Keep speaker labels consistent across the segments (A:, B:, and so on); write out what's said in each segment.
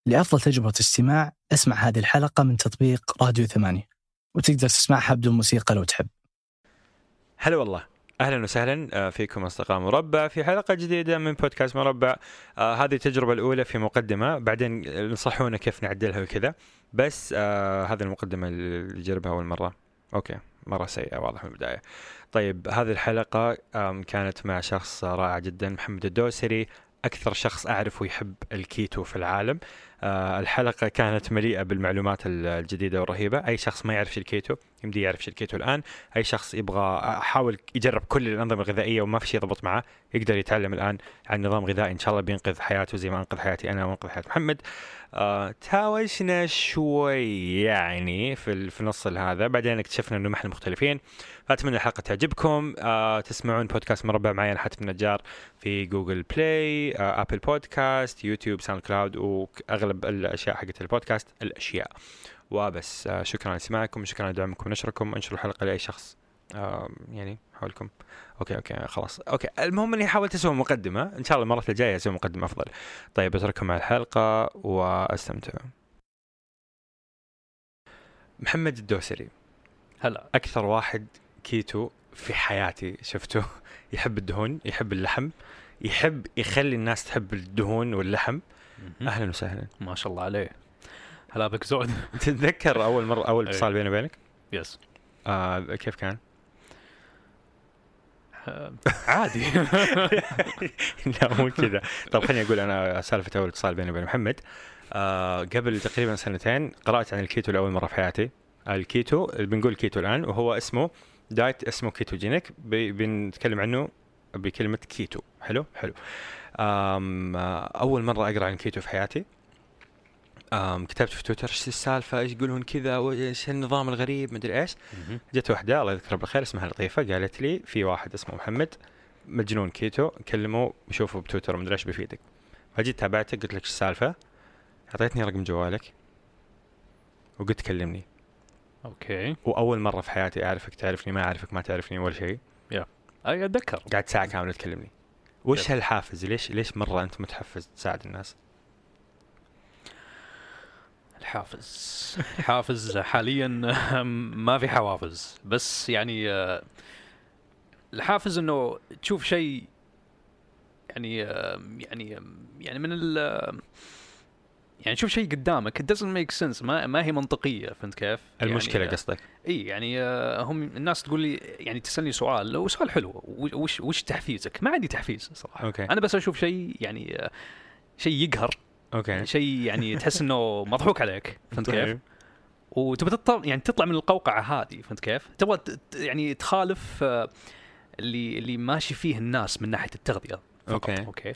A: لأفضل تجربة استماع اسمع هذه الحلقة من تطبيق راديو 8، وتقدر تسمعها بدون موسيقى لو تحب.
B: هلا والله، أهلا وسهلا فيكم أصدقاء مربع في حلقة جديدة من بودكاست مربع. هذه التجربة الأولى في مقدمة، بعدين نصحونا كيف نعدلها وكذا، بس هذه المقدمة اللي جربها أول مرة. أوكي، مرة سيئة واضح من البداية. طيب، هذه الحلقة كانت مع شخص رائع جدا، محمد الدوسري، أكثر شخص أعرفه يحب الكيتو في العالم. الحلقة كانت مليئة بالمعلومات الجديدة والرهيبة. أي شخص ما يعرف الكيتو يمدي يعرف الكيتو الآن. أي شخص يبغى حاول يجرب كل الأنظمة الغذائية وما في شيء يضبط معه يقدر يتعلم الآن عن نظام غذائي إن شاء الله بينقذ حياته زي ما أنقذ حياتي أنا وأنقذ حياة محمد. تهاوشنا شوي يعني في نص هذا، بعدين اكتشفنا إنه نحن مختلفين. أتمنى الحلقة تعجبكم. تسمعون بودكاست مربع معي أنا حاتم النجار في جوجل بلاي، أبل بودكاست، يوتيوب، ساوند كلاود، وأغلب الأشياء حقت البودكاست الأشياء. وبس شكرا لسماعكم وشكرا لدعمكم ونشركم. انشروا الحلقة لأي شخص يعني حولكم. أوكي خلاص. أوكي، المهم إني حاولت أسوي مقدمة، إن شاء الله المرة الجاية أسوي مقدمة أفضل. طيب، أترككم مع الحلقة واستمتعوا. محمد الدوسري،
C: هلا.
B: أكثر واحد كيتو في حياتي شفته. يحب الدهون، يحب اللحم، يحب يخلي الناس تحب الدهون واللحم. أهلا وسهلا.
C: ما شاء الله عليه. هلا بك زود.
B: تتذكر أول اتصال بيني وبينك؟
C: يس.
B: كيف كان؟
C: عادي.
B: لا مو كذا. طب خليني أقول أنا سالفة أول اتصال بيني وبين محمد. قبل تقريبا 2 قرأت عن الكيتو لأول مرة في حياتي. الكيتو بنقول كيتو الآن، وهو اسمه دايت اسمه كيتوجينيك، بنتكلم عنه بكلمة كيتو. حلو. أول مرة أقرأ عن الكيتو في حياتي. كتبت في تويتر ايش السالفة، ايش يقولون كذا، وايش النظام الغريب مدري ايش. جت واحدة الله يذكرها بالخير اسمها لطيفة، قالت لي في واحد اسمه محمد مجنون كيتو، كلمه شوفه بتويتر مدري ايش بيفيدك. فجيت تابعته، قلت لك ايش السالفة، اعطيتني رقم جوالك وقلت كلمني.
C: اوكي.
B: واول مرة في حياتي اعرفك تعرفني، ما اعرفك ما تعرفني ولا شيء.
C: اي اتذكر
B: قعدت ساعة كاملة تكلمني. وش هالحافز؟ ليش مرة انت متحفز تساعد الناس؟
C: حافز حاليا ما في حوافز، بس يعني الحافز انه تشوف شيء يعني من يعني تشوف شيء قدامك it doesn't make sense، ما هي منطقية. فهمت كيف؟
B: المشكلة
C: يعني
B: قصدك؟
C: اي يعني هم الناس تقول لي يعني تسألني سؤال وسؤال حلو، وش تحفيزك؟ ما عندي تحفيز صراحة.
B: أوكي.
C: انا بس اشوف شيء يعني شيء يقهر.
B: اوكي.
C: شيء يعني تحس انه مضحوك عليك. فهمت كيف؟ وتبغى يعني تطلع من القوقعة هذه. فهمت كيف؟ تبغى يعني تخالف اللي ماشي فيه الناس من ناحية التغذية فقط. اوكي.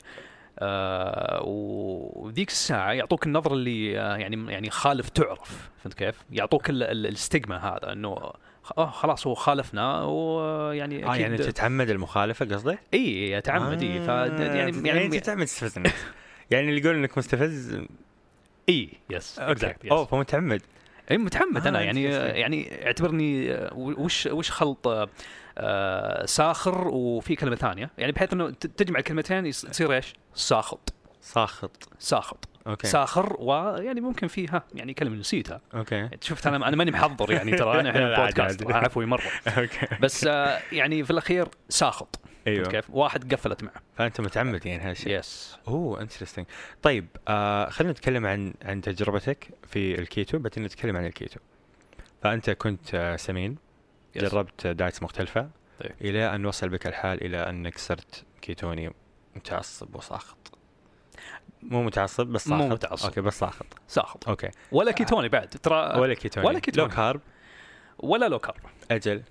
C: وذيك الساعة يعطوك النظرة اللي يعني خالف تعرف. فهمت كيف؟ يعطوك الاستجمة هذا انه خلاص هو خالفنا، ويعني
B: يعني تتعمد المخالفة قصدك؟
C: اي اتعمد.
B: يعني تتعمد تستفز الناس. يعني اللي يقول انك مستفز.
C: اي يس اكزاكتلي.
B: فمتعمد.
C: اي متعمد. انا يعني اعتبرني وش خلط ساخر وفي كلمة ثانية، يعني بحيث انه تجمع الكلمتين يصير ايش؟ ساخط. اوكي. ساخر، ويعني ممكن فيها يعني كلمة نسيتها.
B: اوكي.
C: شفت انا ماني محضر يعني، ترى انا الحين بودكاست عفوي مرة.
B: اوكي.
C: بس يعني في الاخير ساخط.
B: ايوه.
C: كيف واحد قفلت معه،
B: فانت متعمد يعني هالشيء.
C: يس.
B: انترستينج. طيب خلينا نتكلم عن تجربتك في الكيتو، بعدين نتكلم عن الكيتو. فانت كنت سمين، جربت دايتس مختلفة.
C: طيب.
B: الى ان وصل بك الحال الى انك صرت كيتوني متعصب وساخط. مو متعصب بس ساخط.
C: مو متعصب.
B: اوكي، بس ساخط. اوكي.
C: ولا كيتوني بعد ترى.
B: ولا كيتوني. لو كارب
C: ولا لو كارب.
B: اجل.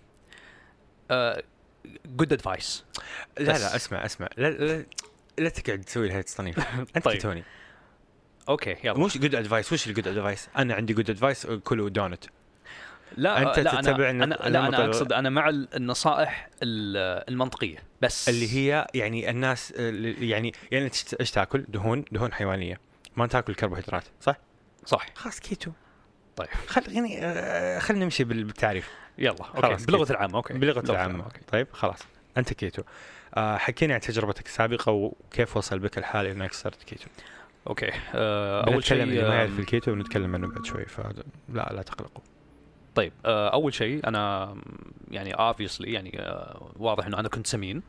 C: good advice.
B: لا اسمع لا تقعد تسوي لها تصنيف. انت
C: طيب.
B: كيتوني.
C: اوكي يلا.
B: مش good advice. وش الجود ادفايس؟ انا عندي good advice كله دونت.
C: لا
B: أنت
C: لا
B: تتبع
C: أنا أقصد أنا مع النصائح المنطقية، بس
B: اللي هي يعني الناس يعني إيش تأكل؟ دهون حيوانية، ما تأكل كربوهيدرات. صح. خلاص كيتو.
C: طيب
B: خلينا نمشي بالتعريف.
C: يلا أوكي. بلغة العامة. أوكي.
B: بلغة العامة. طيب خلاص أنت كيتو. حكينا عن تجربتك السابقة وكيف وصل بك الحال إنك صرت كيتو.
C: اوكي.
B: اول شيء اللي ما يعرف الكيتو بنتكلم عنه بعد شوي، فلا لا تقلقوا.
C: طيب اول شيء انا يعني obviously يعني واضح انه انا كنت سمين،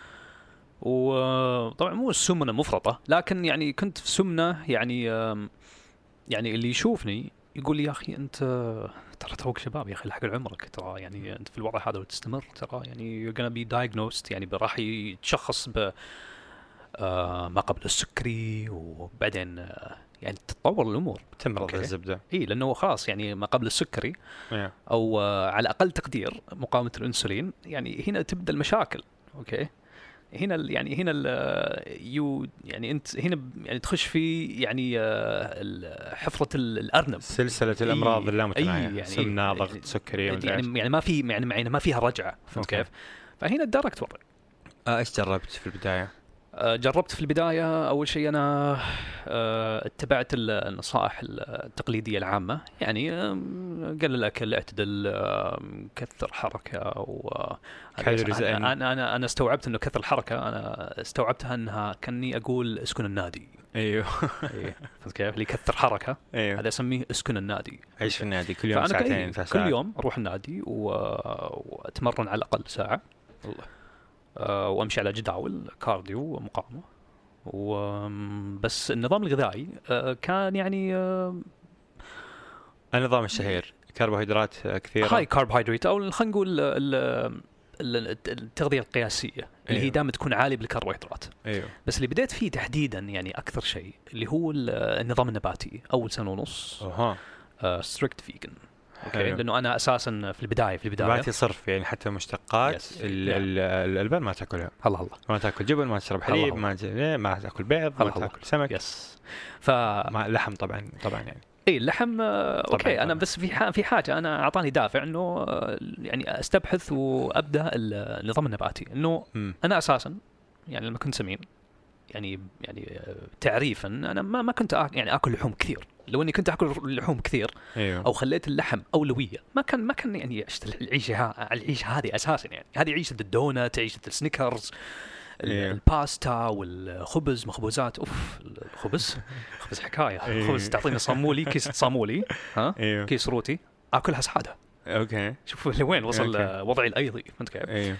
C: وطبعا مو السمنه المفرطه، لكن يعني كنت في سمنه يعني يعني اللي يشوفني يقول لي يا اخي انت ترى توك شباب يا اخي، لحق عمرك ترى، يعني انت في الوضع هذا وتستمر ترى يعني you're gonna be diagnosed، يعني راح يتشخص ب ما قبل السكري، وبعدين يعني تتطور الامور،
B: تمرض الزبده.
C: اي لانه خلاص يعني ما قبل السكري او على اقل تقدير مقاومه الانسولين، يعني هنا تبدا المشاكل. اوكي هنا يعني هنا يعني انت هنا يعني تخش في يعني حفره الارنب،
B: سلسله الامراض اللامتناهيه،
C: يعني
B: سمنه ضغط سكري
C: يعني ما في يعني ما فيها رجعه، فهمت كيف؟ فهنا الدارك تورق.
B: ايش جربت في البدايه؟
C: جربت في البداية أول شيء أنا اتبعت النصائح التقليدية العامة، يعني قلل الأكل، اعتدل، كثر حركة. أنا استوعبت إنه كثر الحركة، أنا استوعبتها أنها كأني أقول اسكن النادي.
B: أيوه
C: فهمت كيف؟ اللي كثر حركة هذا أسميه اسكن النادي.
B: عيش في النادي كل يوم ساعتين
C: كل يوم أروح النادي وأتمرن على الأقل ساعة والله. وامشي على جداول كارديو ومقاومه، وبس النظام الغذائي كان يعني
B: النظام الشهير كربوهيدرات كثيره،
C: هاي كاربوهيدرات، او خلينا نقول التغذيه القياسيه اللي هي دائما تكون عاليه بالكربوهيدرات.
B: ايوه
C: بس اللي بديت فيه تحديدا يعني اكثر شيء اللي هو النظام النباتي. اول سنه ونص ستريكت فيجن. اوكي لانه انا اساسا في البدايه
B: نباتي صرف، يعني حتى مشتقات الالبان ما تاكلها.
C: الله
B: ما تاكل جبن، ما تشرب حليب، ما تاكل بيض، ما تاكل سمك. ما لحم طبعا يعني
C: اي اللحم اوكي. انا بس في حاجه انا اعطاني دافع انه يعني استبحث وابدا النظام النباتي، انه انا اساسا يعني لما كنت سمين يعني تعريفا انا ما كنت يعني اكل لحوم كثير. لو اني كنت اكل لحوم كثير او خليت اللحم اولويه ما كان يعني العيشه هذه اساسا. يعني هذه عيشه الدونات، عيشه السنيكرز، الباستا والخبز، مخبوزات. اوف الخبز حكايه. خبز تعطيني صامولي، كيس صامولي، كيس روتي، اكلها سعاده.
B: اوكي
C: شوف لوين وصل وضعي الايضي، فهمت كيف؟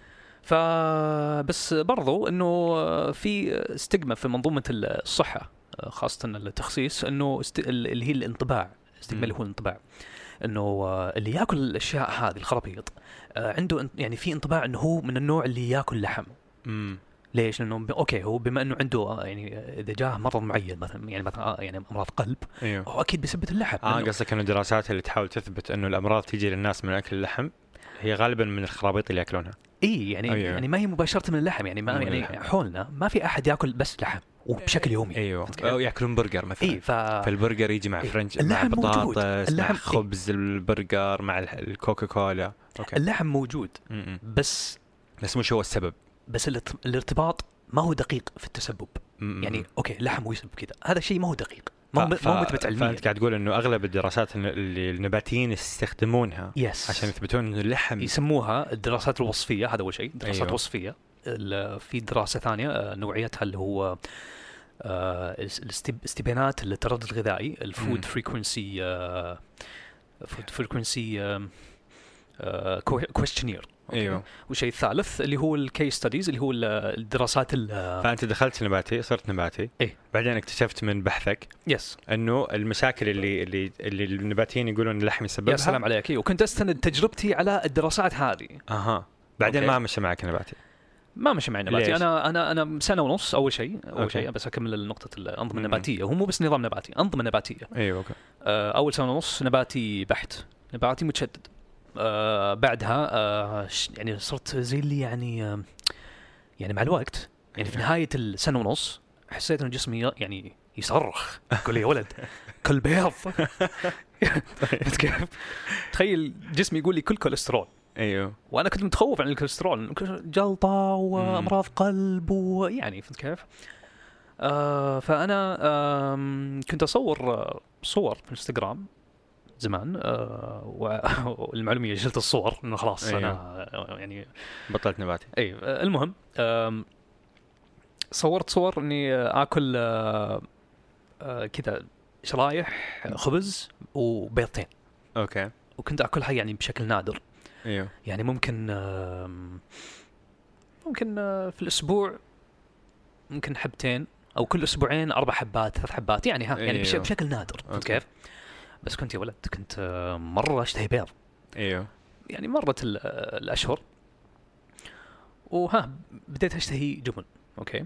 C: فبس برضو انه في استجمة في منظومه الصحه، خاصه التخصيص، انه اللي هي الانطباع، استجمة اللي هو الانطباع انه اللي ياكل الاشياء هذه الخرابيط عنده يعني في انطباع انه هو من النوع اللي ياكل لحم. ليش؟ لانه اوكي هو بما انه عنده يعني اذا جاه مرض معين مثلا يعني امراض قلب، هو اكيد بسبب اللحم.
B: قصدك انه الدراسات اللي تحاول تثبت انه الامراض تيجي للناس من اكل اللحم هي غالبا من الخرابيط اللي ياكلونها.
C: يعني ما هي مباشره من اللحم، يعني ما يعني حولنا ما في احد ياكل بس لحم وبشكل يومي.
B: او ياكلون برجر مثلا. فالبرجر يجي مع فرنش، مع بطاطس، مع خبز البرجر، مع الكوكا كولا.
C: اللحم موجود بس
B: مش هو السبب.
C: بس الارتباط ما هو دقيق في التسبب. يعني اوكي اللحم هو يسبب كذا، هذا شيء ما هو دقيق، ما هو مثبت علميا.
B: فانت قاعد تقول انه اغلب الدراسات اللي النباتيين يستخدمونها عشان يثبتون انه اللحم،
C: يسموها الدراسات الوصفيه. هذا اول شيء، دراسات وصفيه. في دراسه ثانيه نوعيتها اللي هو الاستبيانات التردد الغذائي، الفود فريكونسي كويستشنير. والشيء الثالث اللي هو الكيس ستاديز، اللي هو الدراسات.
B: فانت دخلت نباتي، صرت نباتي. بعدين اكتشفت من بحثك انه المشاكل اللي النباتيين يقولون اللحم يسببها.
C: يا سلام عليك. وكنت استند تجربتي على الدراسات هذه.
B: بعدين ما مشى معك نباتي.
C: ما مشى معي نباتي. انا سنه ونص اول شيء بس اكمل نقطه الانظمه النباتيه. هو مو بس نظام نباتي، انظمه نباتيه. اول سنه ونص نباتي بحت، نباتي متشدد. بعدها يعني صرت زي اللي يعني مع الوقت، يعني في نهايه السنه ونص حسيت ان جسمي يعني يصرخ، يقول لي يا ولد كل بيض. كيف تخيل جسمي يقول لي كل كوليسترول. وانا كنت متخوف عن الكوليسترول، جلطه وامراض قلب ويعني فهمت كيف. فانا كنت اصور صور في انستغرام زمان، والمعلومية شلت الصور انه خلاص. انا يعني
B: بطلت نباتي.
C: المهم صورت صور اني اكل كذا شرايح خبز وبيضتين.
B: اوكي.
C: وكنت اكلها يعني بشكل نادر.
B: ايوه.
C: يعني ممكن في الاسبوع ممكن حبتين، او كل اسبوعين 4 حبات 3 حبات يعني يعني بشكل نادر. فهمت كيف؟ بس كنت يا ولد كنت مره اشتهي بيض.
B: ايوه.
C: يعني مرت الاشهر بديت اشتهي جبن. اوكي.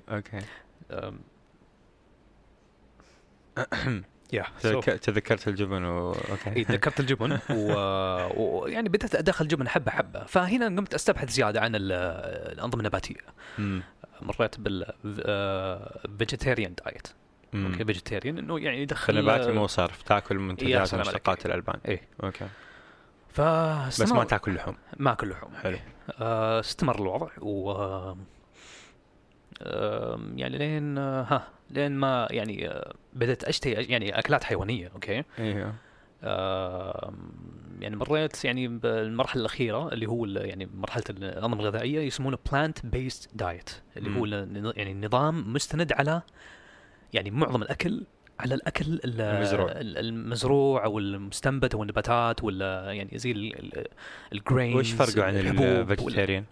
B: تذكرت الجبن اوكي.
C: تذكرت الجبن ويعني بديت ادخل جبن حبه حبه. فهنا قمت استبحث زياده عن الانظمه النباتيه. مريت بالفيجيتيريان دايت. اوكي. فيجيتيريان انه يعني يدخل
B: نباتي مو صرف، تاكل منتجات مشتقات الالبان.
C: اوكي.
B: بس ما تاكل لحوم.
C: ما اكل لحوم.
B: حلو.
C: استمر الوضع و يعني لين ما يعني بدأت أشتهي يعني أكلات حيوانية. أوكي.
B: أيوه.
C: يعني مريت يعني بالمرحلة الأخيرة اللي هو يعني مرحلة الأنظمة الغذائية يسمونه plant based diet اللي هو يعني نظام مستند على يعني معظم الأكل على الأكل المزروع أو المستنبت أو النباتات ولا يعني زي الجرينز.
B: وش فرقه عن الفيجيتيريان؟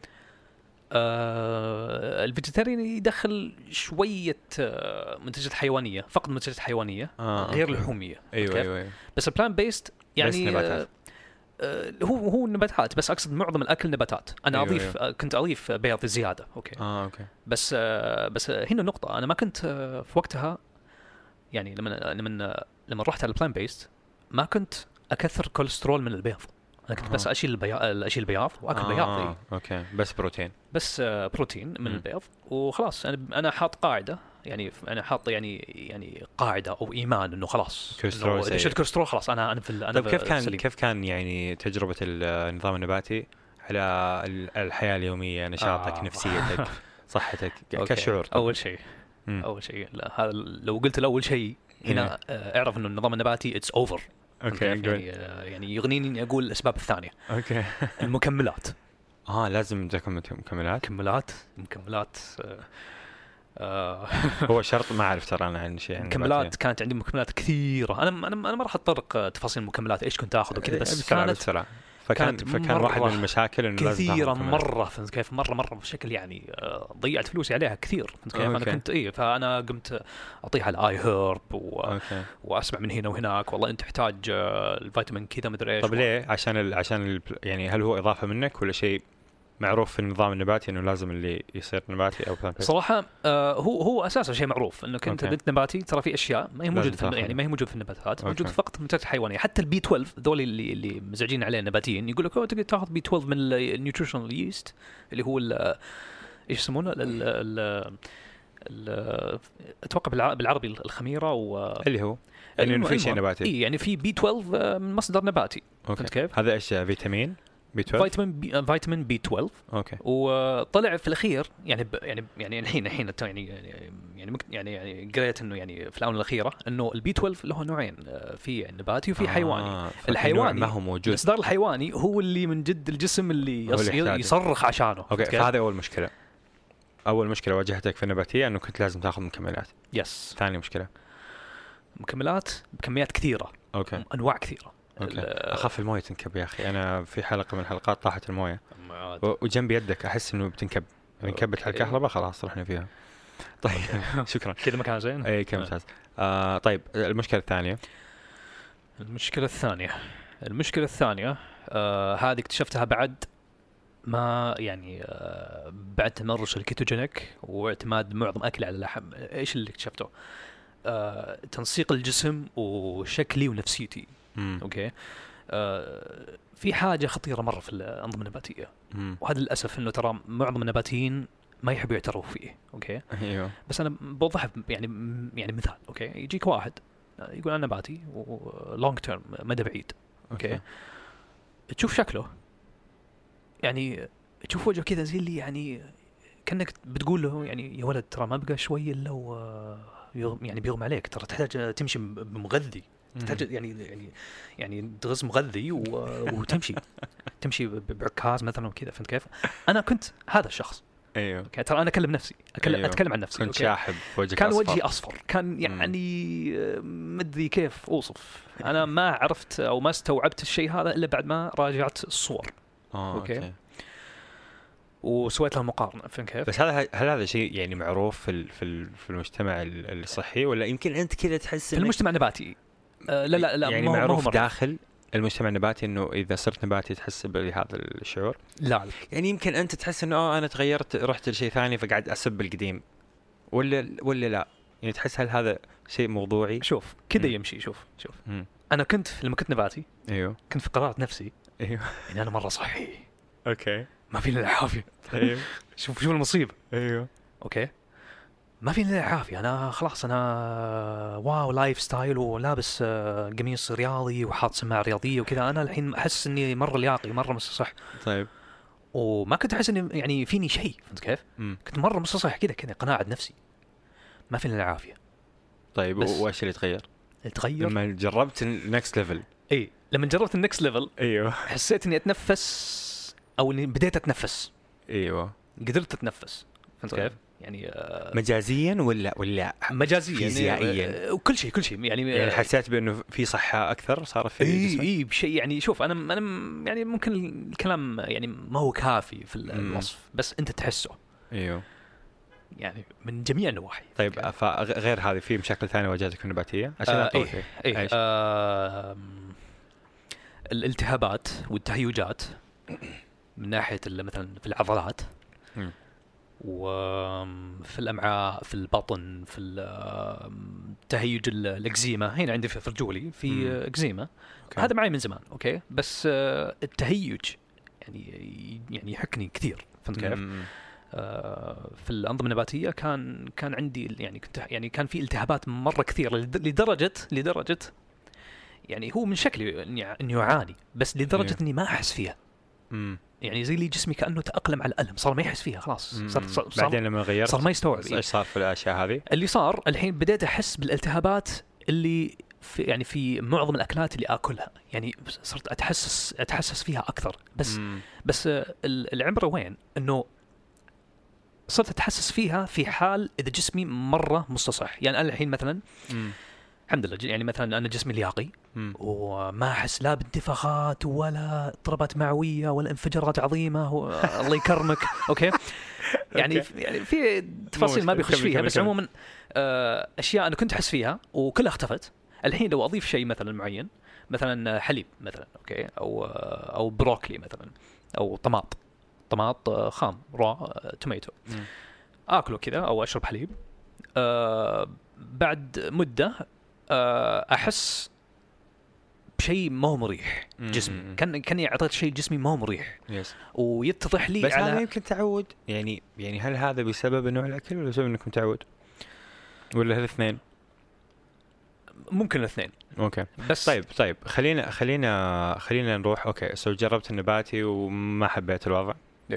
C: الفيجيتيريان يدخل شوية منتجات حيوانية، فقط منتجات حيوانية غير لحومية.
B: أيوة.
C: بس البلان بيست يعني
B: نباتات.
C: هو النباتات، بس أقصد معظم الأكل نباتات. أنا أضيف كنت أضيف بيض زيادة. أوكي.
B: أوكي.
C: بس هنا النقطة، أنا ما كنت في وقتها يعني لما رحت على البلان بيست ما كنت أكثر كوليسترول من البيض. أنا كنت بس أشيل البياض وأكل بياض.
B: أوكي. بس بروتين من البيض وخلاص. أنا حاط قاعدة، يعني أنا حاط يعني قاعدة أو إيمان إنه خلاص الكوليسترول خلاص أنا في طيب كيف كان يعني تجربة النظام النباتي على الحياة اليومية، نشاطك، نفسيتك، صحتك كشعور؟
C: أول شيء هذا لو قلت الأول شيء هنا اعرف إنه النظام النباتي it's over.
B: اوكي.
C: يعني يغنيني اني اقول الاسباب الثانيه.
B: اوكي.
C: المكملات.
B: لازم عندكم مكملات. هو شرط ما اعرف ترى انا عن شيء.
C: مكملات كانت عندي مكملات كثيره. انا ما راح اتطرق تفاصيل المكملات ايش كنت اخذ وكذا، بس كانت فكان واحد من المشاكل انه
B: كثيره
C: مره. فهمت كيف؟ مره بشكل يعني ضيعت فلوسي عليها كثير. فهمت كيف؟ انا كنت فانا قمت اعطيها الاي هيرب واسمع من هنا وهناك والله انت تحتاج الفيتامين كذا مدري ايش.
B: طب ليه؟ عشان يعني هل هو اضافه منك ولا شيء معروف في النظام النباتي انه لازم اللي يصير نباتي او بلان بيست؟
C: صراحه هو اساسا شيء معروف انه كنت بدت نباتي. ترى في اشياء ما هي موجوده يعني ما هي موجوده في النباتات، موجود فقط منتجات حيوانيه. حتى البي 12 ذول اللي مزعجين عليه النباتيين يقول لك تقدر تاخذ بي 12 من النيوتريشنال ييست اللي هو ايش يسمونه اتوقع بالعربي الخميره
B: اللي هو انه في شيء نباتي.
C: يعني في بي 12 من مصدر نباتي. فهمت كيف؟
B: هذا ايش؟ فيتامين
C: فيتامين بي 12.
B: اوكي.
C: وطلع في الاخير يعني الحين يعني قريت انه يعني في الاونه الاخيره انه البي 12 له نوعين، في نباتي وفي حيواني. الحيواني
B: ما هو موجود.
C: الاصدار الحيواني هو اللي من جد الجسم اللي يصرخ عشانه.
B: اوكي. فهذا اول مشكله واجهتك في النباتيه انه كنت لازم تاخذ مكملات.
C: يس.
B: ثاني مشكله
C: مكملات بكميات كثيره.
B: اوكي.
C: انواع كثيره.
B: اخاف المويه تنكب يا اخي. انا في حلقه من الحلقات طاحت المويه وجنب يدك احس انه بتنكب. انكبت على الكهرباء خلاص رحنا فيها. طيب شكرا.
C: كذا مكان زين.
B: اي كم ممتاز. طيب المشكله الثانيه هذه اكتشفتها بعد ما يعني بعد تمرس الكيتوجينيك واعتماد معظم اكلي على اللحم. ايش اللي اكتشفته؟ تنسيق الجسم وشكلي ونفسيتي. اوكي. في حاجه خطيره مره في الانظمه النباتيه، وهذا للاسف انه ترى معظم النباتيين ما يحبوا يعترفوا فيه. اوكي. ايوه.
C: بس انا بوضح يعني مثال. اوكي. يجيك واحد يقول انا نباتي ولونج تيرم مدى بعيد. اوكي. تشوف شكله يعني تشوف وجهه كذا زي اللي يعني كأنك بتقول له يعني يا ولد ترى ما بقى شوي الا يعني بيغمى عليك، ترى تحتاج تمشي بمغذي، تحتاج يعني تغذي مغذي وتمشي بعكاز مثلا وكذا. فهمت كيف؟ انا كنت هذا الشخص.
B: ايوه
C: ترى انا اكلم نفسي اتكلم عن نفسي.
B: كنت شاحب وجهك
C: كان
B: أصفر.
C: وجهي اصفر، كان يعني مدري كيف اوصف. انا ما عرفت او ما استوعبت الشيء هذا الا بعد ما راجعت الصور.
B: اوكي.
C: وسويت لها مقارنه، فهمت كيف؟
B: بس هل هذا شيء يعني معروف في المجتمع الصحي، ولا يمكن انت كذا تحس
C: في المجتمع النباتي؟ لا
B: يعني معروف داخل المجتمع النباتي انه اذا صرت نباتي تحس بهذا الشعور؟
C: لا
B: يعني يمكن انت تحس انه انا تغيرت رحت لشيء ثاني فقاعد اسب القديم، ولا لا يعني تحس هل هذا شيء موضوعي؟
C: شوف كذا يمشي. شوف انا كنت لما كنت نباتي
B: ايوه
C: كنت في قرارة نفسي
B: ايوه
C: اني انا مره صحي،
B: اوكي
C: ما فيني الا عافيه.
B: ايوه
C: شوف المصيبه.
B: ايوه
C: اوكي ما فيني الا عافيه، انا خلاص انا واو لايف ستايل ولابس قميص رياضي وحاط سماعه رياضيه وكذا، انا الحين احس اني مره لياقي مره مستصح.
B: طيب
C: وما كنت احس اني يعني فيني شيء، فهمت كيف؟ كنت مره مستصح كذا قناعه نفسي ما فيني الا عافيه.
B: طيب وايش اللي تغير لما جربت النكست ليفل؟
C: اي لما جربت النكست ليفل
B: ايوه
C: حسيت اني اتنفس، او اني بديت اتنفس.
B: ايوه
C: قدرت اتنفس، فهمت
B: طيب.
C: كيف؟ يعني
B: مجازيا ولا
C: مجازيا
B: فيزيائيا؟
C: وكل شيء يعني
B: حسيت بانه في صحه اكثر صار في جسمك؟
C: اي بشيء يعني. شوف انا يعني ممكن الكلام يعني ما هو كافي في الوصف، بس انت تحسه
B: ايوه
C: يعني من جميع النواحي.
B: طيب فغير هذه في مشاكل ثانيه واجهتك النباتيه عشان اطول
C: ايه الالتهابات والتهيجات من ناحيه مثلا في العضلات وفي الامعاء، في البطن، في تهيج الاكزيما. هنا عندي في رجولي في اكزيما، هذا معي من زمان اوكي، بس التهيج يعني يحكني كثير، فهمت كيف؟ في الأنظمة النباتية كان عندي يعني كان في التهابات مرة كثير لدرجة يعني هو من شكلي إني أعاني، بس لدرجة إني ما أحس فيها. يعني زي لي جسمي كأنه تأقلم على الألم، صار ما يحس فيها خلاص. صار
B: بعدين لما غيرت
C: صار ما يستوعب
B: ايش صار في الاشياء هذه. اللي
C: صار الحين بديت أحس بالالتهابات اللي في معظم الأكلات اللي آكلها، يعني صرت أتحسس فيها أكثر. بس العبرة وين؟ إنه صرت أتحسس فيها في حال إذا جسمي مرة مستصح. يعني أنا الحين مثلا الحمد لله يعني مثلا أنا جسمي لياقي وما أحس لا بانتفاخات ولا اضطرابات معوية ولا انفجارات عظيمة الله يكرمك أوكي. يعني في تفاصيل ما بيخش فيها، بس عموما أشياء أنا كنت أحس فيها وكلها اختفت. الحين لو أضيف شيء مثلا معين، مثلا حليب مثلا أوكي، أو بروكلي مثلا، أو طماط خام را توميتو، آكله كذا أو أشرب حليب، بعد مدة أحس بشيء ما هو مريح جسمي. كأني أعطيت شيء جسمي ما هو مريح ويتضح لي.
B: بس هذا يمكن تعود يعني هل هذا بسبب نوع الأكل ولا بسبب أنكم تعود، ولا هذا اثنين؟
C: ممكن الاثنين.
B: اوكي بس طيب خلينا نروح. اوكي سو جربت النباتي وما حبيت الوضع.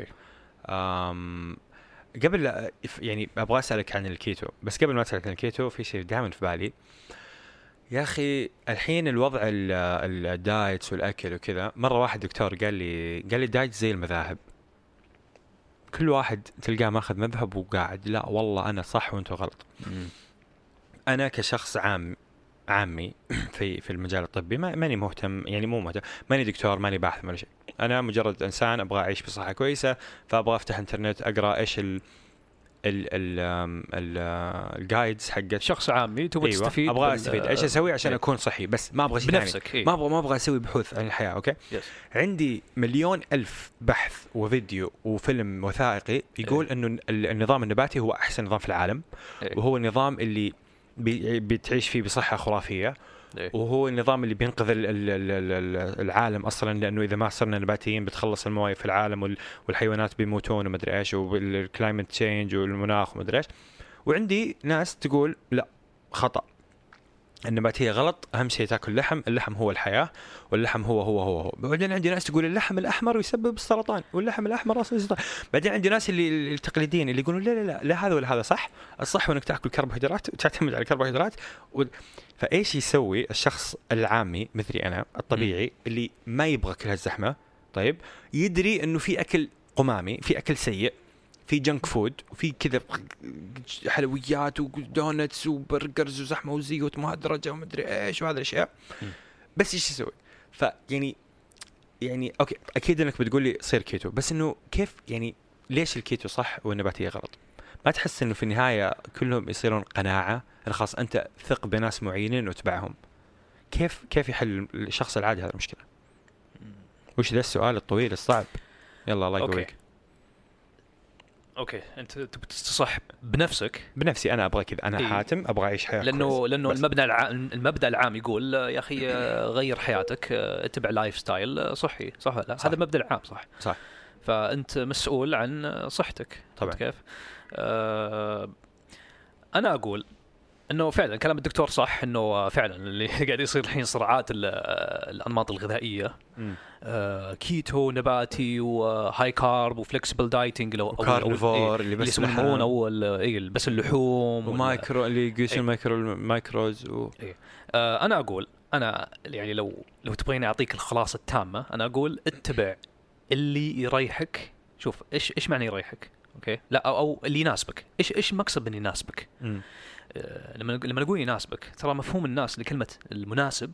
B: قبل يعني ابغى اسالك عن الكيتو، بس قبل ما اسالك عن الكيتو في شيء دائما في بالي يا اخي. الحين الوضع الدايتس والاكل وكذا، مره واحد دكتور قال لي الدايت زي المذاهب، كل واحد تلقاه ماخذ مذهب وقاعد لا والله انا صح وانتم غلط. انا كشخص عامي في المجال الطبي ماني مهتم، يعني مو مهتم، ماني دكتور، ماني باحث ولا شيء. انا مجرد انسان ابغى اعيش بصحه كويسه، فابغى افتح انترنت اقرا ايش الجايدز حقت
C: شخص عامي تبغى تستفيد.
B: ابغى استفيد ايش اسوي عشان اكون صحي، بس ما ابغى شيء ثاني. ما ابغى اسوي بحوث عن الحياه. اوكي عندي 1,000,000 بحث وفيديو وفيلم وثائقي يقول انه النظام النباتي هو احسن نظام في العالم، وهو النظام اللي بتعيش فيه بصحة خرافية، وهو النظام اللي بينقذ العالم أصلا، لأنه إذا ما صرنا نباتيين بتخلص المويه في العالم والحيوانات بيموتون ومدري إيش، والكلايمت تشينج والمناخ ومدري إيش. وعندي ناس تقول لا خطأ، النباتية غلط، أهم شيء تأكل لحم، اللحم هو الحياة، واللحم هو. بعدين عندي ناس تقول اللحم الأحمر يسبب السرطان، واللحم الأحمر أصلا السرطان. بعدين عندي ناس اللي التقليديين اللي يقولون لا هذا ولا هذا صح، الصح هو إنك تأكل كربوهيدرات وتعتمد على الكربوهيدرات. فإيش يسوي الشخص العامي مثلي أنا الطبيعي اللي ما يبغى كل هالزحمة؟ طيب يدري إنه في أكل قمامي، في أكل سيء، في جنك فود وفي كذا حلويات ودونتس وبرجرز وزحمه وزيوت مهدرجه ومدري ايش وهذه الاشياء. بس ايش يسوي؟ فيعني اوكي اكيد انك بتقول لي صير كيتو، بس انه كيف يعني ليش الكيتو صح والنباتيه غلط؟ ما تحس انه في النهايه كلهم يصيرون قناعه ان خلاص انت ثق بناس معينين وتبعهم؟ كيف يحل الشخص العادي هذه المشكله؟ وش ذا السؤال الطويل الصعب؟ يلا الله يقويك.
C: اوكي انت تبي تستصح بنفسي.
B: انا ابغى كذا، انا حاتم ابغى اعيش حياه
C: لانه المبدا العام يقول يا اخي غير حياتك، اتبع لايف ستايل صحي، صح ولا لا؟ هذا المبدا العام، صح. فانت مسؤول عن صحتك
B: طبعا.
C: كيف انا اقول انه فعلا كلام الدكتور صح، انه فعلا اللي قاعد يصير الحين صراعات الانماط الغذائيه، كيتو نباتي وهاي كارب وفلكسبل دايتنج او
B: كارنيفور اللي بس
C: يسمونه او بس اللحوم
B: ومايكرو اللي يقيسون مايكروز
C: انا اقول انا يعني لو تبغيني اعطيك الخلاصه التامه، انا اقول اتبع اللي يريحك. شوف ايش معنى يريحك؟ اوكي لا او اللي يناسبك. ايش مقصد انه يناسبك؟ لما نقول يناسبك، ترى مفهوم الناس لكلمه المناسب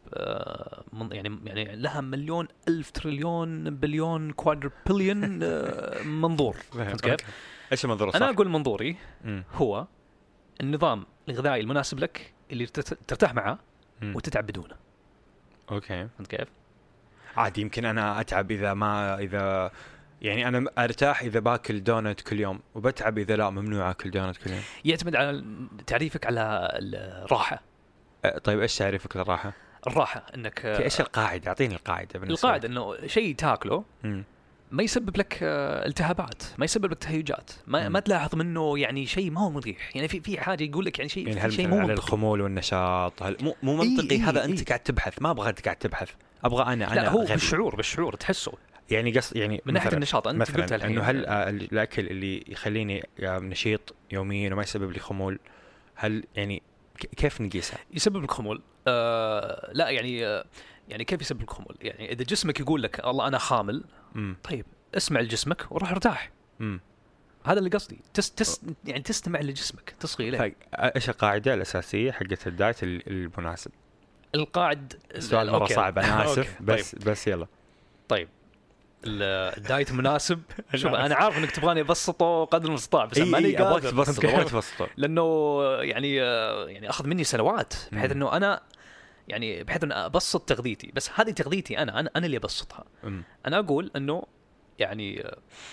C: يعني لها مليون الف تريليون بليون كوادربليون منظور. فهمت كيف؟
B: ايش المنظور الصح؟
C: انا اقول منظوري هو النظام الغذائي المناسب لك اللي ترتاح معه وتتعب بدونه.
B: اوكي
C: فهمت كيف؟
B: عادي يمكن انا اتعب اذا يعني أنا أرتاح إذا باكل دونت كل يوم، وبتعب إذا لا ممنوع أكل دونت كل يوم.
C: يعتمد على تعريفك على الراحة.
B: طيب إيش تعريفك للراحة؟
C: الراحة إنك
B: إيش القاعدة؟ أعطيني القاعدة.
C: القاعدة إنه شيء تاكله ما يسبب لك التهابات، ما يسبب لك تهيجات، ما تلاحظ منه يعني شيء ما هو مريح. يعني في حاجة يقول لك يعني شيء
B: يعني
C: شيء مو
B: على الخمول والنشاط مو منطقي. هذا أنت قاعد تبحث، ما أبغى أنت قاعد تبحث، أبغى أنا
C: لا هو بالشعور تحسه.
B: يعني قص يعني
C: من ناحيه النشاط انت قلت
B: انه هل الاكل اللي يخليني نشيط يوميا وما يسبب لي خمول، هل يعني كيف نقيسها؟
C: يسبب لك خمول؟ لا يعني كيف يسبب لك خمول؟ يعني اذا جسمك يقول لك الله انا خامل، طيب اسمع لجسمك وروح ارتاح. هذا اللي قصدي. يعني تستمع لجسمك، تصغي له.
B: ايش القاعده الاساسيه حقت الدايت المناسب؟
C: القاعد
B: السؤال مره صعب، انا اسف. بس يلا.
C: طيب الدايت مناسب. شوف انا عارف انك تبغاني ابسطه قدر المستطاع، بس ماني قادر
B: تبسطه
C: لانه يعني اخذ مني سنوات بحيث انه انا يعني بحيث انه ابسط تغذيتي. بس هذه تغذيتي انا اللي ابسطها. انا اقول انه يعني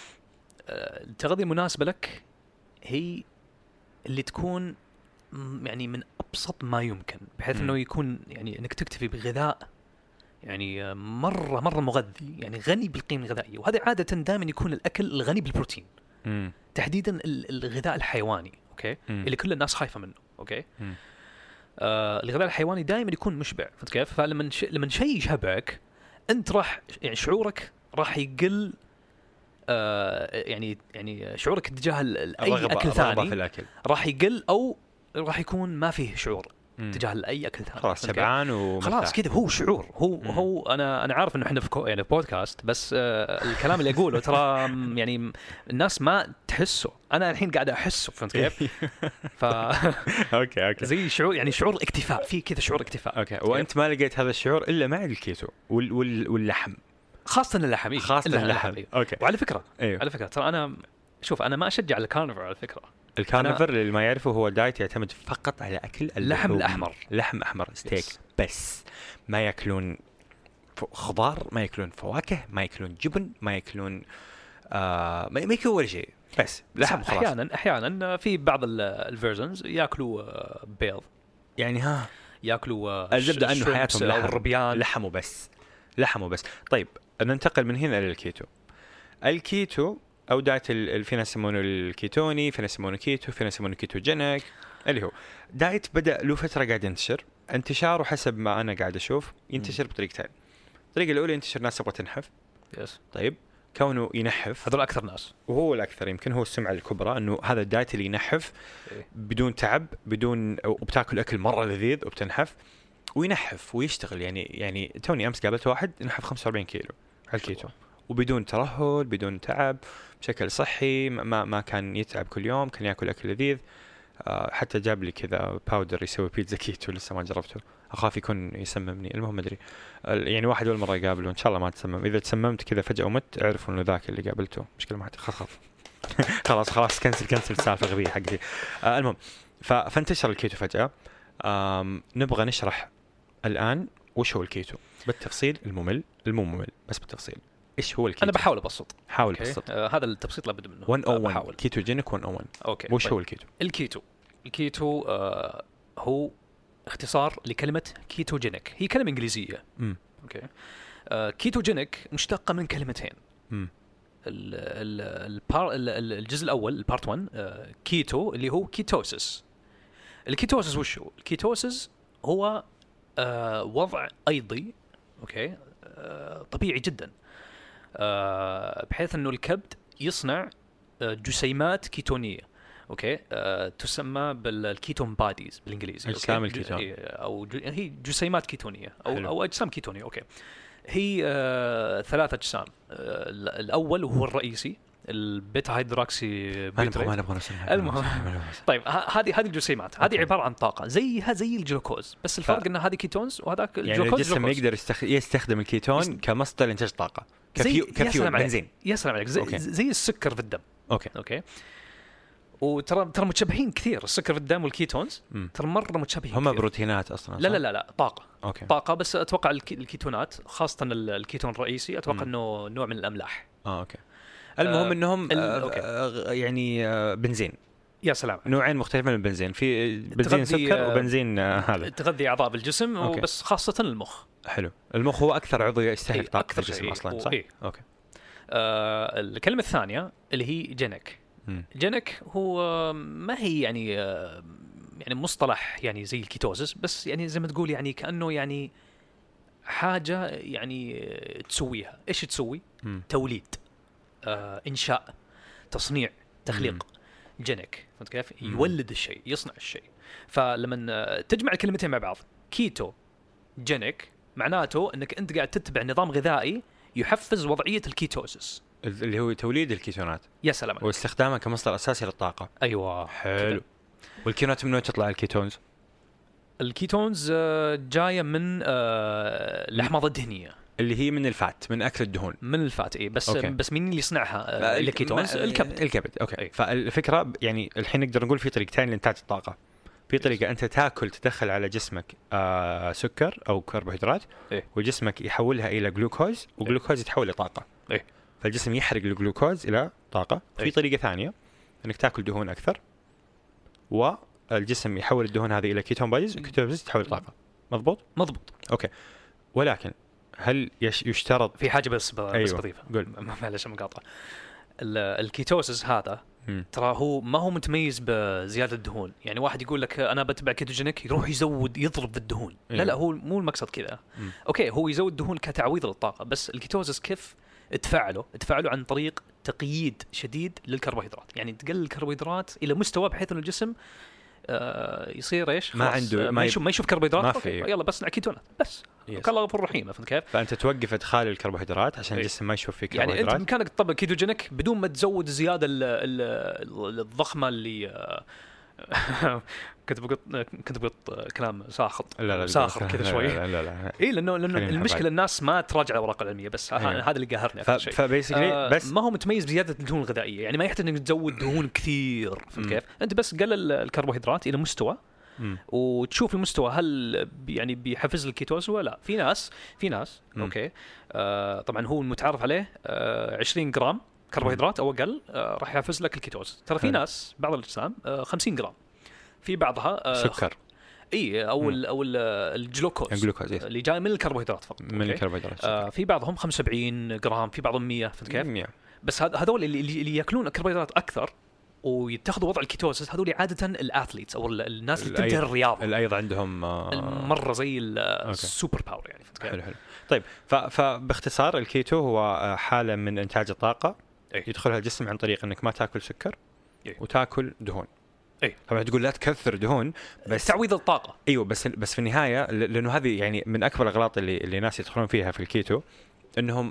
C: التغذيه المناسبه لك هي اللي تكون يعني من ابسط ما يمكن، بحيث انه يكون يعني انك تكتفي بغذاء يعني مرة مغذي، يعني غني بالقيمة الغذائية. وهذا عادة دائما يكون الأكل الغني بالبروتين، تحديدا الغذاء الحيواني. أوكي اللي كل الناس خايفة منه. أوكي الغذاء الحيواني دائما يكون مشبع. فهمت كيف؟ فلما شيء يشبعك أنت راح يعني شعورك راح يقل. يعني شعورك تجاه أي أكل ثاني راح يقل، أو راح يكون ما فيه شعور تجاه اي اكل ثاني.
B: خلاص شبعان ومرتاح.
C: خلاص كذا هو شعور. هو انا عارف انه احنا في بودكاست، بس الكلام اللي اقوله ترى يعني الناس ما تحسه، انا الحين قاعد احسه. فهمت كيف؟
B: اوكي
C: زي شعور، يعني شعور الاكتفاء، في كذا شعور اكتفاء.
B: اوكي وانت ما لقيت هذا الشعور الا مع الكيتو واللحم،
C: خاصه اللحم.
B: خاصه اللحم.
C: اوكي وعلى فكره على فكره ترى انا شوف انا ما اشجع الكارنيفور على فكره.
B: الكارنيفور اللي ما يعرفه هو دايت يعتمد فقط على أكل
C: اللحم الأحمر.
B: لحم أحمر ستيك بس. ما يأكلون خضار، ما يأكلون فواكه، ما يأكلون جبن، ما يأكلون ما يأكلون ولا شيء، بس لحم خلاص.
C: أحيانا في بعض الفيرجنز يأكلوا بيض، يعني يأكلوا
B: الزبدة أنه حياتهم
C: الربيان
B: لحم وبس. طيب ننتقل من هنا إلى الكيتو او دايت في ناس يسمونه الكيتوني، في ناس يسمونه كيتو، في ناس يسمونه كيتوجينيك، اللي هو دايت بدا له فتره قاعد ينتشر. انتشاره حسب ما انا قاعد اشوف ينتشر بطريقتين. الطريقه الاولى ينتشر ناس تبغى تنحف. طيب كونه ينحف،
C: هذول اكثر ناس،
B: وهو الاكثر يمكن هو السمعه الكبرى انه هذا الدايت اللي ينحف بدون تعب، بدون وبتاكل اكل مره لذيذ وبتنحف وينحف ويشتغل. يعني توني امس قابلت واحد ينحف 45 كيلو على الكيتو وبدون ترهل بدون تعب بشكل صحي، ما كان يتعب كل يوم، كان ياكل اكل لذيذ. حتى جاب لي كذا باودر يسوي بيتزا كيتو، لسه ما جربته، اخاف يكون يسممني. المهم ما ادري يعني واحد اول مره يقابله، ان شاء الله ما تسمم. اذا تسممت كذا فجاه ومت اعرفوا انه ذاك اللي قابلته، مشكله ما خلاص كنسل السالفه الغبيه حقتي. المهم فانتشر الكيتو فجاه. نبغى نشرح الان وش هو الكيتو بالتفصيل، المو بس بالتفصيل. ايش هو الكيتو؟
C: انا بحاول ابسط.
B: حاول بسط.
C: هذا التبسيط لابد منه.
B: 101 كيتوجينيك 101.
C: اوكي.
B: وش هو الكيتو؟
C: الكيتو هو اختصار لكلمه كيتوجينيك، هي كلمه انجليزيه. اوكي. كيتوجينيك مشتقه من كلمتين. الجزء الاول البارت 1 كيتو اللي هو كيتوسيس. الكيتوسيس وش هو؟ الكيتوسيس هو وضع ايضي اوكي طبيعي جدا، بحيث انه الكبد يصنع جسيمات كيتونيه اوكي تسمى بالكيتون باديز بالانجليزي.
B: اجسام الكيتون
C: او هي جسيمات كيتونيه او اجسام كيتونيه. اوكي. هي 3 اجسام. الاول وهو الرئيسي البيتا هيدروكسي بيوتريت. المهم طيب هذه الجسيمات هذه عباره عن طاقه زيها زي الجلوكوز، بس الفرق ان هذه كيتونز وهذاك الجلوكوز.
B: يعني الجسم يقدر يستخدم الكيتون كمصدر انتاج طاقه، كفيول بنزين.
C: يا سلام عليك. زي السكر في الدم. اوكي. وترى متشابهين كثير، السكر في الدم والكيتونز ترى مره متشابهين. هم
B: بروتينات اصلا؟
C: لا طاقه.
B: أوكي.
C: طاقه، بس اتوقع الكيتونات خاصه الكيتون الرئيسي اتوقع انه نوع من الاملاح.
B: اوكي. المهم انهم يعني بنزين.
C: يا سلام.
B: نوعين مختلفين من البنزين، في بنزين سكر وبنزين هذا تغذي
C: اعضاء بالجسم. وبس خاصه المخ.
B: حلو. المخ هو اكثر عضو يستهلك طاقه في الجسم اصلا، صح؟
C: اوكي. الكلمه الثانيه اللي هي جينيك. جينيك هو ما هي يعني مصطلح يعني زي الكيتوزس، بس يعني زي ما تقول يعني كأنه يعني حاجة يعني تسويها. إيش تسوي؟ توليد، إنشاء، تصنيع، تخليق. جينيك فهمت كيف؟ يولد الشيء، يصنع الشيء. فلما تجمع الكلمتين مع بعض كيتو جينيك معناته أنك أنت قاعد تتبع نظام غذائي يحفز وضعية الكيتوزس
B: اللي هو توليد الكيتونات.
C: يا سلام.
B: واستخدامها كمصدر أساسي للطاقة.
C: أيوة.
B: حلو. والكيتونات من وين تطلع الكيتونز؟
C: الكيتونز جاية من الأحماض الدهنية
B: اللي هي من الفات، من أكل الدهون.
C: من الفات إيه. بس مين اللي يصنعها الكيتونز؟
B: الكبد. أوكي. فالفكرة يعني الحين نقدر نقول في طريقتين لإنتاج الطاقة. في طريقة أنت تأكل تدخل على جسمك سكر أو كربوهيدرات وجسمك يحولها إلى جلوكوز، وجلوكوز يتحول لطاقة. فالجسم يحرق الجلوكوز إلى طاقة. في طريقة ثانية أنك تأكل دهون أكثر والجسم يحول الدهون هذه إلى كيتون باديز، والكيتون باديز تحول لطاقة. مضبوط. أوكي. ولكن هل يشترط
C: في حاجة بس بضيفها؟ معلش مقاطعة. الكيتوسيس هذا ترى هو ما هو متميز بزيادة الدهون. يعني واحد يقول لك أنا بتبع كيتوجينيك يروح يضرب بالدهون. لا هو مو المقصد كذا. أوكي هو يزود دهون كتعويض للطاقة، بس الكيتوسيس كيف تفعله عن طريق تقييد شديد للكربوهيدرات. يعني تقلل الكربوهيدرات إلى مستوى بحيث إنه الجسم يصير إيش
B: ما عنده
C: ما يشوف كربوهيدرات.
B: يلا
C: بس كيتونات بس. الله غفور رحيم. فهمت كيف؟
B: فأنت توقف إدخال الكربوهيدرات عشان الجسم ما يشوف فيه كربوهيدرات.
C: يعني أنت بإمكانك تطبق كيتوجينيك بدون ما تزود الزيادة الضخمة اللي كنت بقول كلام ساخط ساخر كذا شوي.
B: لا
C: إيه لأنه المشكلة الناس ما تراجع الأوراق العلمية، بس هذا اللي قاهرني أكثر شيء.
B: فبيسكلي بس
C: ما هو متميز بزيادة الدهون الغذائية. يعني ما يحتاج إنك تزود دهون كثير. فهمت كيف؟ أنت بس قلل الكربوهيدرات إلى مستوى وتشوف المستوى هل يعني بيحفز الكيتوز ولا. في ناس أوكي طبعا هو المتعارف عليه 20 جرام كربوهيدرات أو أقل راح يحفز لك الكيتوز. ترى في ناس بعض الأجسام 50 جرام، في بعضها
B: سكر
C: او الجلوكوز اللي جاي من الكربوهيدرات فقط.
B: من الكربوهيدرات
C: في بعضهم 75 جرام، في بعضهم 100. فهمت كيف؟
B: 100.
C: بس هذول اللي ياكلون الكربوهيدرات اكثر ويتخذوا وضع الكيتوسيس هذول عاده الاثليتس او الناس اللي تنتهي الرياضه.
B: الايض عندهم
C: مره زي السوبر باور يعني. فهمت كيف؟
B: حلو. طيب فباختصار الكيتو هو حاله من انتاج الطاقه يدخلها الجسم عن طريق انك ما تاكل سكر وتاكل دهون. طبعا تقول لا تكثر دهون بس
C: تعويض الطاقه.
B: ايوه بس في النهايه لانه هذه يعني من اكبر الاغلاط اللي الناس يدخلون فيها في الكيتو، انهم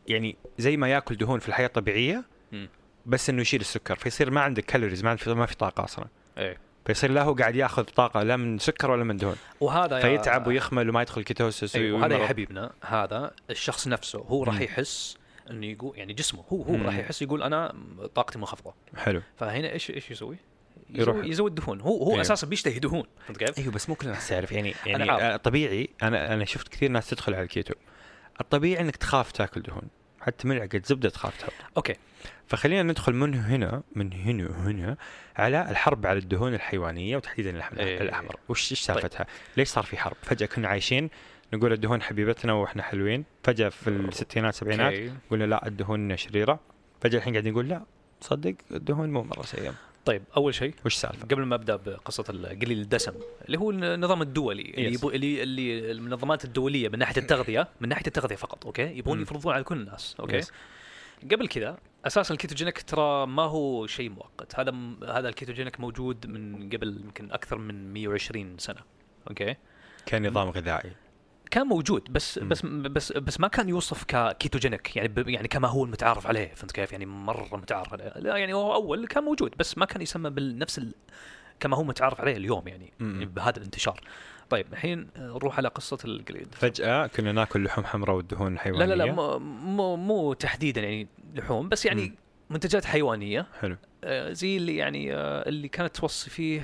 B: يعني زي ما ياكل دهون في الحياه الطبيعيه بس انه يشيل السكر، فيصير ما عندك كالوريز، ما في طاقه اصلا. فيصير لا هو قاعد ياخذ طاقه لا من سكر ولا من دهون،
C: وهذا
B: فيتعب ويخمل وما يدخل كيتوسيس.
C: وهذا يا حبيبنا هذا الشخص نفسه هو راح يحس انه يقول يعني جسمه هو راح يحس يقول انا طاقتي منخفضه.
B: حلو.
C: فهنا ايش يسوي؟ يزود دهون. هو أيوه. اساسا بيشتهي دهون، فهمت كيف؟
B: ايوه بس مو كل الناس تعرف يعني طبيعي. انا شفت كثير ناس تدخل على الكيتو، الطبيعي انك تخاف تاكل دهون، حتى ملعقه زبده تخاف تحط.
C: اوكي،
B: فخلينا ندخل من هنا على الحرب على الدهون الحيوانيه وتحديدا اللحم الاحمر. وش سالفتها؟ ليش صار في حرب؟ فجاه كنا عايشين نقول الدهون حبيبتنا واحنا حلوين، فجاه في الستينات سبعينات قلنا لا الدهون شريره، فجاه الحين قاعدين نقول لا صدق الدهون مو مره سيئه.
C: طيب اول شيء
B: وش سالفه
C: قبل ما ابدا بقصه قليل الدسم اللي هو النظام الدولي اللي المنظمات الدوليه من ناحيه التغذيه فقط، اوكي، يبغون يفرضون على كل الناس، اوكي. قبل كذا اساسا الكيتوجينيك ترى ما هو شيء مؤقت، هذا الكيتوجينيك موجود من قبل يمكن اكثر من 120 سنه، اوكي.
B: كان نظام غذائي
C: كان موجود بس ما كان يوصف ككيتوجينيك يعني كما هو المتعارف عليه، فهمت كيف؟ يعني مره متعارف عليه، لا يعني هو اول كان موجود بس ما كان يسمى بالنفس كما هو متعارف عليه اليوم يعني بهذا الانتشار. طيب الحين نروح على قصه القليل.
B: فجاه كنا ناكل لحوم حمراء والدهون الحيوانيه.
C: لا مو تحديدا يعني لحوم، بس يعني منتجات حيوانيه.
B: حلو.
C: زي اللي يعني اللي كانت توصي فيه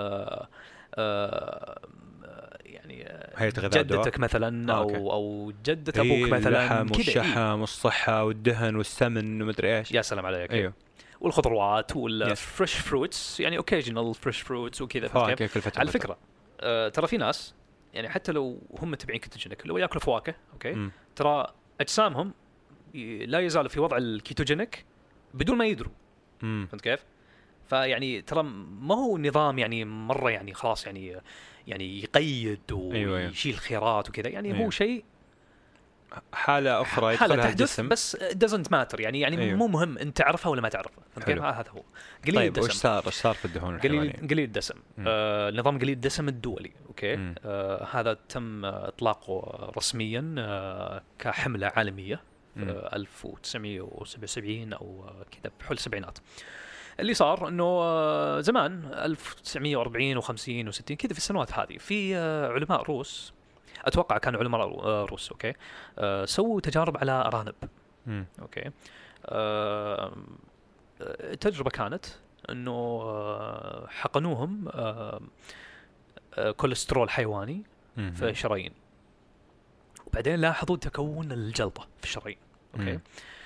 C: يعني جدتك مثلا او جدة ابوك مثلا،
B: اللحم والشحم والصحه والدهن والسمن ومدري ايش.
C: يا سلام عليك.
B: ايوه.
C: والخضروات والفريش فروتس، يعني اوكيجنال فريش فروتس وكذا. على فكره ترى في ناس يعني حتى لو هم متبعين كيتوجينيك لو ياكلوا فواكه، اوكي، ترى اجسامهم لا يزالوا في وضع الكيتوجينيك بدون ما يدروا، فهمت كيف؟ فيعني ترى ما هو نظام يعني مره يعني خلاص يعني يقيد ويشيل خيارات وكذا، يعني هو شيء
B: حالة أخرى يدخلها الجسم،
C: بس doesn't matter يعني مو مهم أنت تعرفها ولا ما تعرفها، كيف؟ هذا هو قليل
B: طيب
C: الدسم.
B: وش صار في الدهون الحيوانية؟
C: قليل الدسم. نظام قليل الدسم الدولي، أوكي. هذا تم إطلاقه رسميا كحملة عالمية في 1977 أو كذا بحول السبعينات. اللي صار انه زمان 1940 و50 و60 كذا في السنوات هذه في علماء روس، اتوقع كانوا علماء روس، اوكي، سووا تجارب على ارانب. اوكي. التجربه كانت انه حقنوهم كوليسترول حيواني في الشرايين، وبعدين لاحظوا تكون الجلطه في الشرايين، اوكي.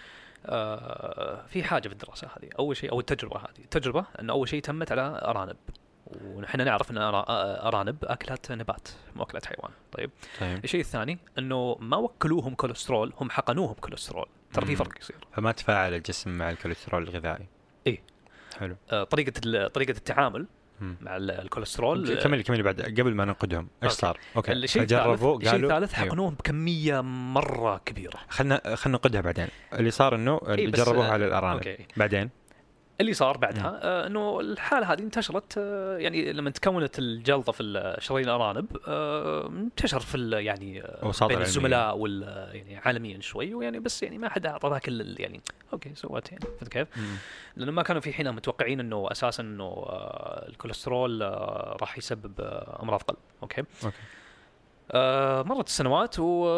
C: في حاجه في الدراسه هذه اول شيء او التجربه انه اول شيء تمت على ارانب، ونحن نعرف ان ارانب اكلات نبات مو اكلات حيوان. طيب. الشيء الثاني انه ما وكلوهم كوليسترول، هم حقنوهم كوليسترول، ترى في فرق يصير،
B: فما تفاعل الجسم مع الكوليسترول الغذائي.
C: ايه
B: حلو.
C: طريقه التعامل مع الكوليسترول.
B: كمل بعد قبل ما ننقدهم ايش صار. اوكي.
C: فجربوا قالوا الشيء الثالث حقنوهم بكميه مره كبيره.
B: خلنا ننقدها بعدين. اللي صار انه جربوها على الارانب. بعدين
C: اللي صار بعدها انه الحاله هذه انتشرت، يعني لما تكونت الجلطه في الشرايين الارانب انتشر في يعني بين الزملاء يعني عالميا شوي، ويعني بس يعني ما حد اعطى ذاك يعني اوكي سوت يعني، فهمت كيف؟ لانه ما كانوا في حينها متوقعين انه اساسا انه الكوليسترول راح يسبب امراض قلب. اوكي. مرت السنوات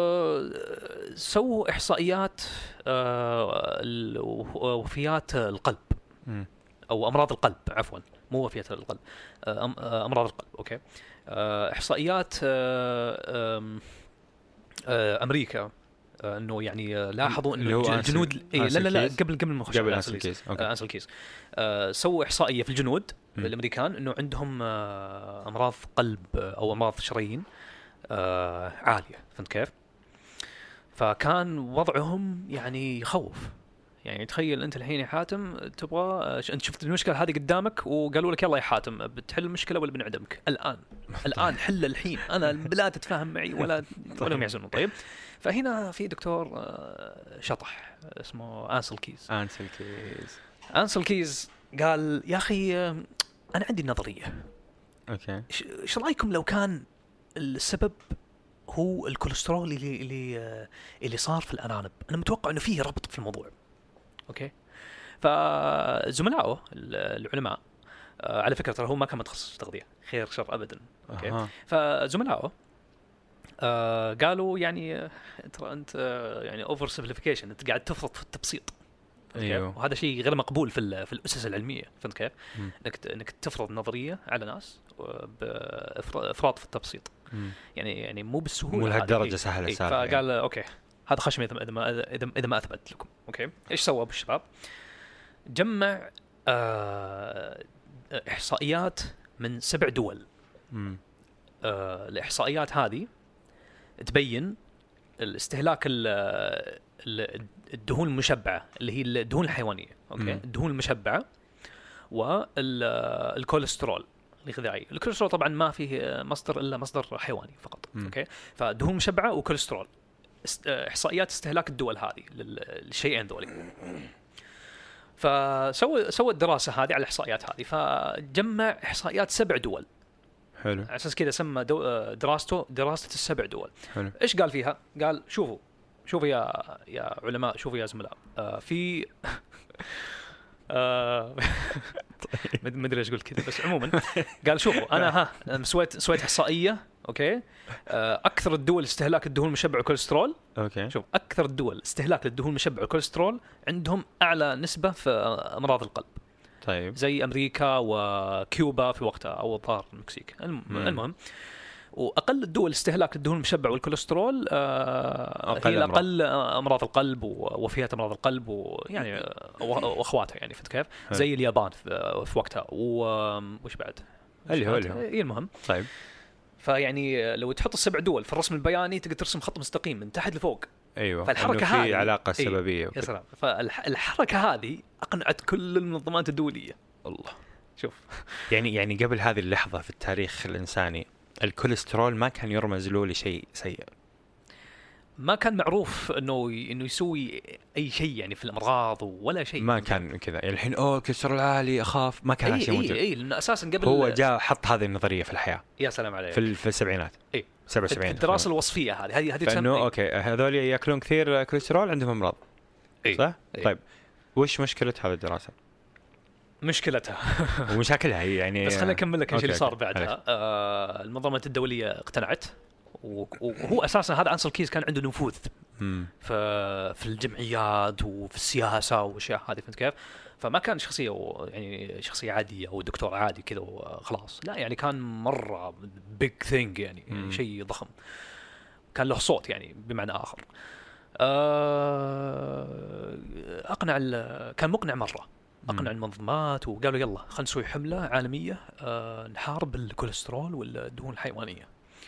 C: وسووا احصائيات وفيات القلب او امراض القلب، عفوا مو وفيات القلب، امراض القلب. اوكي. احصائيات امريكا انه يعني لاحظوا انه الجنود لا قبل ما نخش على انسل كيس سووا احصائيه في الجنود الامريكان انه عندهم امراض قلب او امراض شرايين عاليه، فهمت كيف؟ فكان وضعهم يعني يخوف. يعني تخيل انت الحين يا حاتم تبغى انت شفت المشكله هذه قدامك وقالوا لك يلا يا حاتم بتحل المشكله ولا بنعدمك الان حل الحين، انا لا تتفاهم معي ولا هم يعزلون. طيب. فهنا في دكتور شطح اسمه انسل كيز قال يا اخي انا عندي نظريه.
B: اوكي.
C: ايش رايكم لو كان السبب هو الكوليسترول اللي صار في الأرانب. أنا متوقع إنه فيه ربط في الموضوع. أوكي. فزملائه العلماء على فكرة ترى هو ما كان متخصص في التغذية، خير شر أبدا. أوكي. فزملائه قالوا يعني ترى أنت يعني أوفر سيمبليفيكيشن، أنت قاعد تفرط في التبسيط.
B: أيوه.
C: وهذا شيء غير مقبول في الأسس العلمية. فهمت كيف؟ إنك تفرض نظرية على ناس بإفراط في التبسيط. يعني مو بالسهولة،
B: مو لهالدرجة سهلة.
C: فقال يعني أوكي هذا خشمي إذا ما أثبت لكم. أوكي. إيش سوى بالشباب؟ جمع إحصائيات من 7 دول. الإحصائيات هذه تبين الاستهلاك الدهون المشبعة اللي هي الدهون الحيوانية. أوكي. الدهون المشبعة والكوليسترول الغذائي. الكوليسترول طبعا ما فيه مصدر إلا مصدر حيواني فقط. أوكي. فدهون مشبعة وكوليسترول، إحصائيات استهلاك الدول هذه للشيئين ذولي. فسوى الدراسة هذه على الإحصائيات هذه، فجمع إحصائيات 7 دول.
B: حلو.
C: على أساس كذا سمى دراسة ال7 دول.
B: حلو.
C: إيش قال فيها؟ قال شوفوا يا علماء، شوفوا يا زملاء، في ما ادري ايش قلت كذا، بس عموما قال شوفوا انا سويت احصائيه. اوكي. اكثر الدول استهلاك الدهون المشبعه والكوليسترول.
B: اوكي.
C: شوف اكثر الدول استهلاك للدهون المشبعه والكوليسترول عندهم اعلى نسبه في امراض القلب.
B: طيب.
C: زي امريكا وكيوبا في وقتها، او الظاهر المكسيك. المهم واقل الدول استهلاك الدهون المشبعه والكوليسترول هي اقل امراض القلب ووفيات امراض القلب ويعني واخواتها يعني. فهمت كيف؟ زي اليابان في وقتها وش بعد
B: اللي هو
C: المهم.
B: طيب.
C: فيعني لو تحط ال7 دول في الرسم البياني تقدر ترسم خط مستقيم من تحت لفوق.
B: ايوه.
C: فالحركه هذه
B: في علاقه سببيه.
C: يا سلام. فالحركه هذه اقنعت كل المنظمات الدوليه.
B: الله.
C: شوف
B: يعني قبل هذه اللحظه في التاريخ الانساني الكوليسترول ما كان يرمز له لشيء سيء،
C: ما كان معروف انه يسوي اي شيء يعني في الامراض ولا شيء.
B: ما كان كذا يعني الحين كوليسترول عالي اخاف، ما كان شيء موجود.
C: اي لانه اساسا قبل
B: هو جاء حط هذه النظريه في الحياه.
C: يا سلام عليك.
B: في السبعينات.
C: اي
B: 77.
C: الدراسه الوصفيه هذه
B: تسمى اوكي هذول ياكلون كثير كوليسترول عندهم امراض. صح. طيب وش مشكله هذه الدراسه؟
C: مشكلتها
B: ومشاكلها هي يعني.
C: بس خليني أكمل لك ايش اللي صار بعدها. المنظمات الدولية اقتنعت، وهو أساسا هذا أنسل كيس كان عنده نفوذ في الجمعيات وفي السياسة والأشياء هذه. فهمت كيف؟ فما كان شخصية عادية أو دكتور عادي كذا وخلاص، لا يعني كان مرة big thing يعني شيء ضخم، كان له صوت يعني بمعنى آخر. كان مقنع مرة، أقنع المنظمات وقالوا يلا خلينا نسوي حملة عالمية نحارب الكوليسترول والدهون الحيوانية.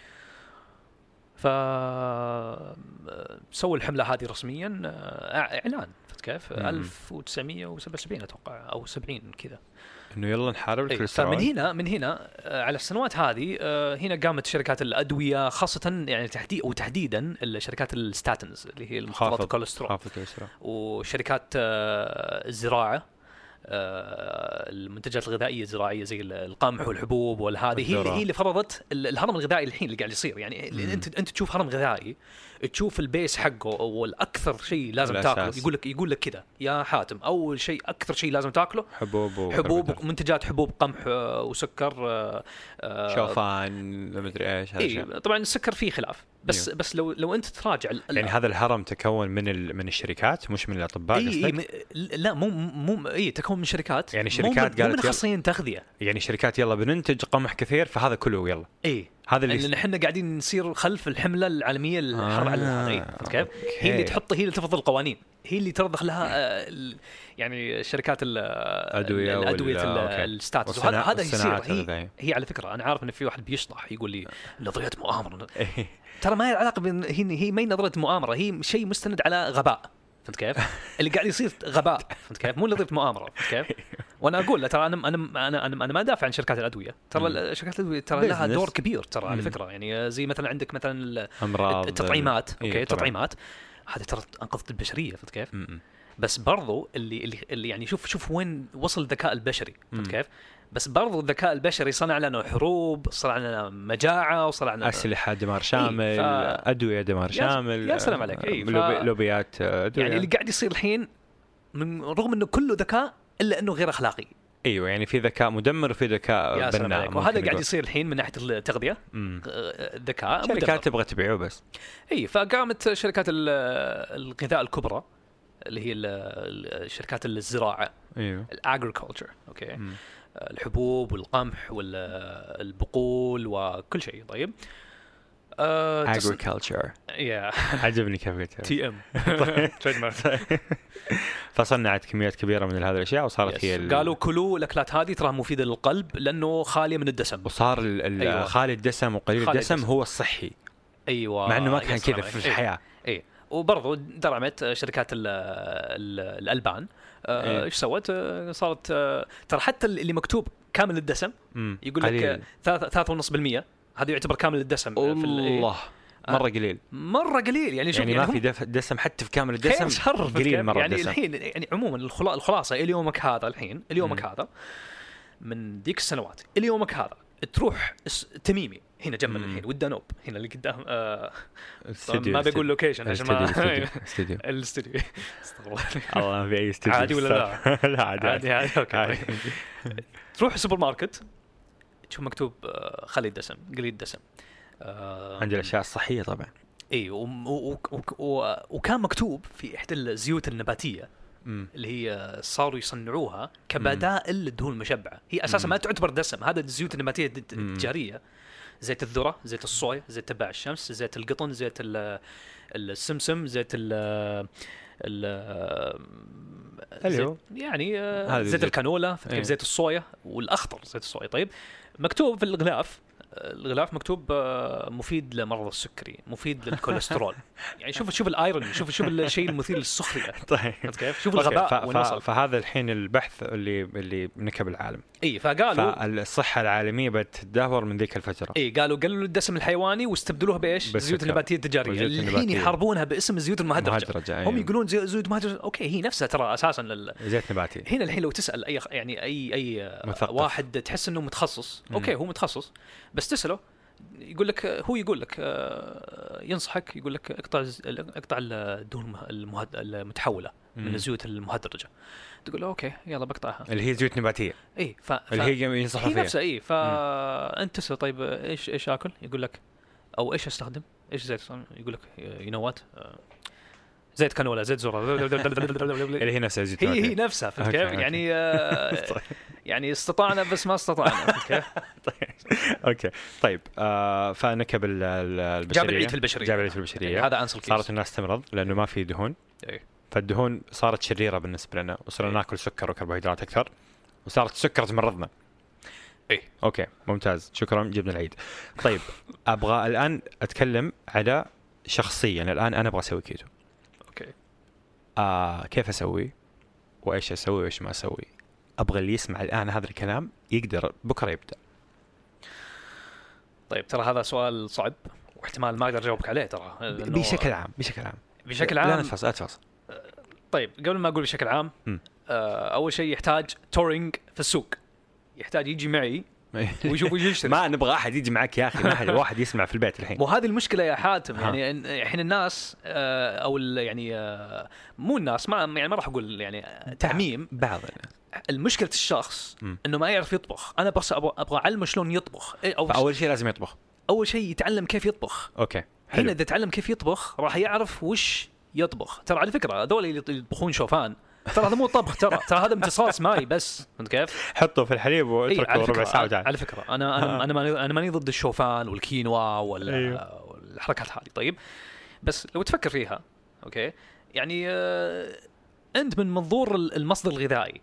C: فسووا الحملة هذه رسميا إعلان. كيف 1977 أتوقع أو 70 كذا
B: إنه يلا نحارب الكوليسترول.
C: فمن هنا على السنوات هذه هنا قامت شركات الأدوية خاصة يعني تحديدا الشركات الستاتنز اللي هي المخدرات الكوليسترول، وشركات الزراعة المنتجات الغذائيه الزراعيه زي القمح والحبوب والهذه هي اللي فرضت الهرم الغذائي الحين اللي قاعد يصير. يعني انت تشوف هرم غذائي، تشوف البيس حقه والاكثر شيء لازم تاكله. يقول لك كذا يا حاتم، اول شيء اكثر شيء لازم تاكله حبوب ومنتجات حبوب، قمح وسكر
B: شوفان ما ادري ايش هذا.
C: طبعا السكر فيه خلاف، بس لو انت تراجع
B: يعني هذا الهرم تكون من الشركات مش من الاطباء.
C: لا مو تكون من شركات،
B: يعني شركات قالت
C: مو من خاصين تغذيه،
B: يعني شركات يلا بننتج قمح كثير فهذا كله يلا. هذا اللي احنا
C: قاعدين نصير خلف الحمله العالميه الحرب على الهرم. كيف هي اللي هي اللي تفرض القوانين، هي اللي ترضخ لها يعني شركات الادويه الستاتس. هذا يصير هي على فكره انا عارف ان في واحد بيشطح يقول لي نظريه مؤامره. ترى ما هي علاقه هي ما هي نظريه مؤامره، هي شيء مستند على غباء. فهمت كيف؟ اللي قاعد يصير غباء. فهمت كيف؟ مو نظريه مؤامره. فهمت كيف؟ وانا اقول ترى انا ما دافع عن شركات الادويه، ترى شركات الادويه ترى لها دور كبير ترى على فكره. يعني زي مثلا عندك مثلا التطعيمات. اوكي تطعيمات هذه ترى انقذت البشريه. فهمت كيف؟ بس برضو اللي يعني شوف وين وصل الذكاء البشري. فهمت كيف؟ بس برضو الذكاء البشري صنع لنا حروب، صنع لنا مجاعة، وصنع لنا
B: أسلحة دمار شامل، أدوية دمار شامل.
C: يا سلام عليك.
B: لوبيات أدوية.
C: يعني اللي قاعد يصير الحين من رغم أنه كله ذكاء إلا أنه غير أخلاقي.
B: ايوه يعني في ذكاء مدمر وفي ذكاء بناء،
C: وهذا قاعد يصير الحين من ناحيه التغذيه. ذكاء
B: شركات تبغى تبيعه بس.
C: اي فقامت شركات الغذاء الكبرى اللي هي الشركات الزراعه.
B: ايوه
C: الاجريكولتشر. اوكي. الحبوب والقمح والبقول وكل شيء. طيب
B: agriculture. عجبني كيف قلت
C: تي ام.
B: فصنعت كميات كبيره من هذه الاشياء وصارت هي
C: قالوا كلوا الاكلات هذه تراها مفيده للقلب لانه خاليه من الدسم،
B: وصار خالي الدسم وقليل الدسم هو الصحي. ايوه مع انه ما كان كذا في الحياه.
C: اي وبرضه درعمت شركات الالبان. ايش سوت؟ صارت ترى حتى اللي مكتوب كامل الدسم يقول لك 3.5%، هذا يعتبر كامل الدسم.
B: الله مرة قليل،
C: مرة قليل. يعني
B: ما في دسم حتى في كامل الدسم، قليل مرة.
C: يعني الحين يعني عموما الخلاصة اليومك هذا، الحين اليومك هذا من ديك السنوات اليومك هذا تروح تميمي هنا جنب الحين والدانوب هنا اللي قدام. ما بقول لوكيشن عشان ما الاستوديو.
B: الله في اي استوديو
C: عادي ولا لا؟
B: لا عادي.
C: اوكي. تروح السوبر ماركت تشوف مكتوب خالي الدسم، قليل الدسم.
B: عند الاشياء الصحيه طبعا.
C: اي وكان مكتوب في احدى الزيوت النباتيه اللي هي صاروا يصنعوها كبدائل للدهون المشبعه. هي اساسا ما تعتبر دسم، هذا الزيوت النباتيه التجاريه. زيت الذره، زيت الصويا، زيت تبع الشمس، زيت القطن، زيت السمسم، زيت يعني زيت الكانولا، زيت الصويا والاخضر زيت الصويا. طيب مكتوب في الغلاف مكتوب مفيد لمرضى السكري، مفيد للكوليسترول. يعني شوف الايرون، شوف الشيء المثير للسخريه.
B: طيب
C: كيف شوف الغباء والنصب.
B: فهذا الحين البحث اللي نكب العالم.
C: اي فقالوا
B: الصحه العالميه بتدهور من ذيك الفتره.
C: اي قالوا قللوا الدسم الحيواني واستبدلوها بايش؟ الزيوت النباتيه التجاريه. الحين يحاربونها باسم الزيوت المهدرجه. هم يقولون زيوت مهدرجه. اوكي هي نفسها ترى اساسا
B: زيت نباتي.
C: هنا الحين لو تسال اي واحد تحس انه متخصص، اوكي هو متخصص، بس تسأله يقول لك ينصحك، يقول لك اقطع الدهون المتحولة من الزيوت المهدرجة. تقول له اوكي يلا بقطعها،
B: اللي هي زيوت نباتية.
C: اي
B: اللي هي ينصحوا فيها
C: نفسها. اي فانت تسأل طيب ايش اكل؟ يقول لك او ايش استخدم؟ ايش زيت؟ يقول لك ينوات زيت كانولا، زيت ذرة،
B: اللي هي نفسها زيت.
C: هي نفسها. فهمت كيف؟ يعني يعني استطعنا بس ما استطعنا. كيف؟
B: اوكي طيب فنكب البشريه، جاب العيد البشريه.
C: هذا عنصر.
B: صارت الناس تمرض لانه ما في دهون. فالدهون صارت شريره بالنسبه لنا، وصرنا ناكل سكر وكربوهيدرات اكثر، وصارت السكر تمرضنا. اوكي ممتاز، شكرا جبنا العيد. طيب ابغى الان اتكلم على شخصيا. الان انا ابغى اسوي كيتو.
C: اوكي
B: كيف اسوي وايش اسوي وايش ما اسوي؟ ابغى اللي يسمع الان هذا الكلام يقدر بكره يبدا.
C: طيب ترى هذا سؤال صعب واحتمال ما اقدر اجاوبك عليه ترى.
B: بشكل عام لا نتفصل.
C: طيب قبل ما اقول بشكل عام، اول شيء يحتاج تورينج في السوق، يحتاج يجي معي ويشوف ويشتري.
B: ما نبغى احد يجي معك يا اخي، ما حد واحد يسمع في البيت الحين.
C: وهذه المشكله يا حاتم. يعني الحين الناس او يعني مو الناس، ما راح اقول يعني تعميم،
B: بعض
C: المشكله الشخص انه ما يعرف يطبخ. انا بس ابغى اعلمه شلون يطبخ.
B: اول شيء لازم يطبخ،
C: اول شيء يتعلم كيف يطبخ.
B: اوكي
C: حلو. هنا اذا تعلم كيف يطبخ راح يعرف وش يطبخ. ترى على فكره هذول اللي يطبخون شوفان ترى هذا مو طبخ، ترى هذا امتصاص ماء بس. فهمت كيف؟
B: حطه في الحليب واتركه ربع ساعه وتعال.
C: على فكره انا ماني ضد الشوفان والكينوا والحركات هذه. طيب بس لو تفكر فيها اوكي، يعني انت من منظور المصدر الغذائي،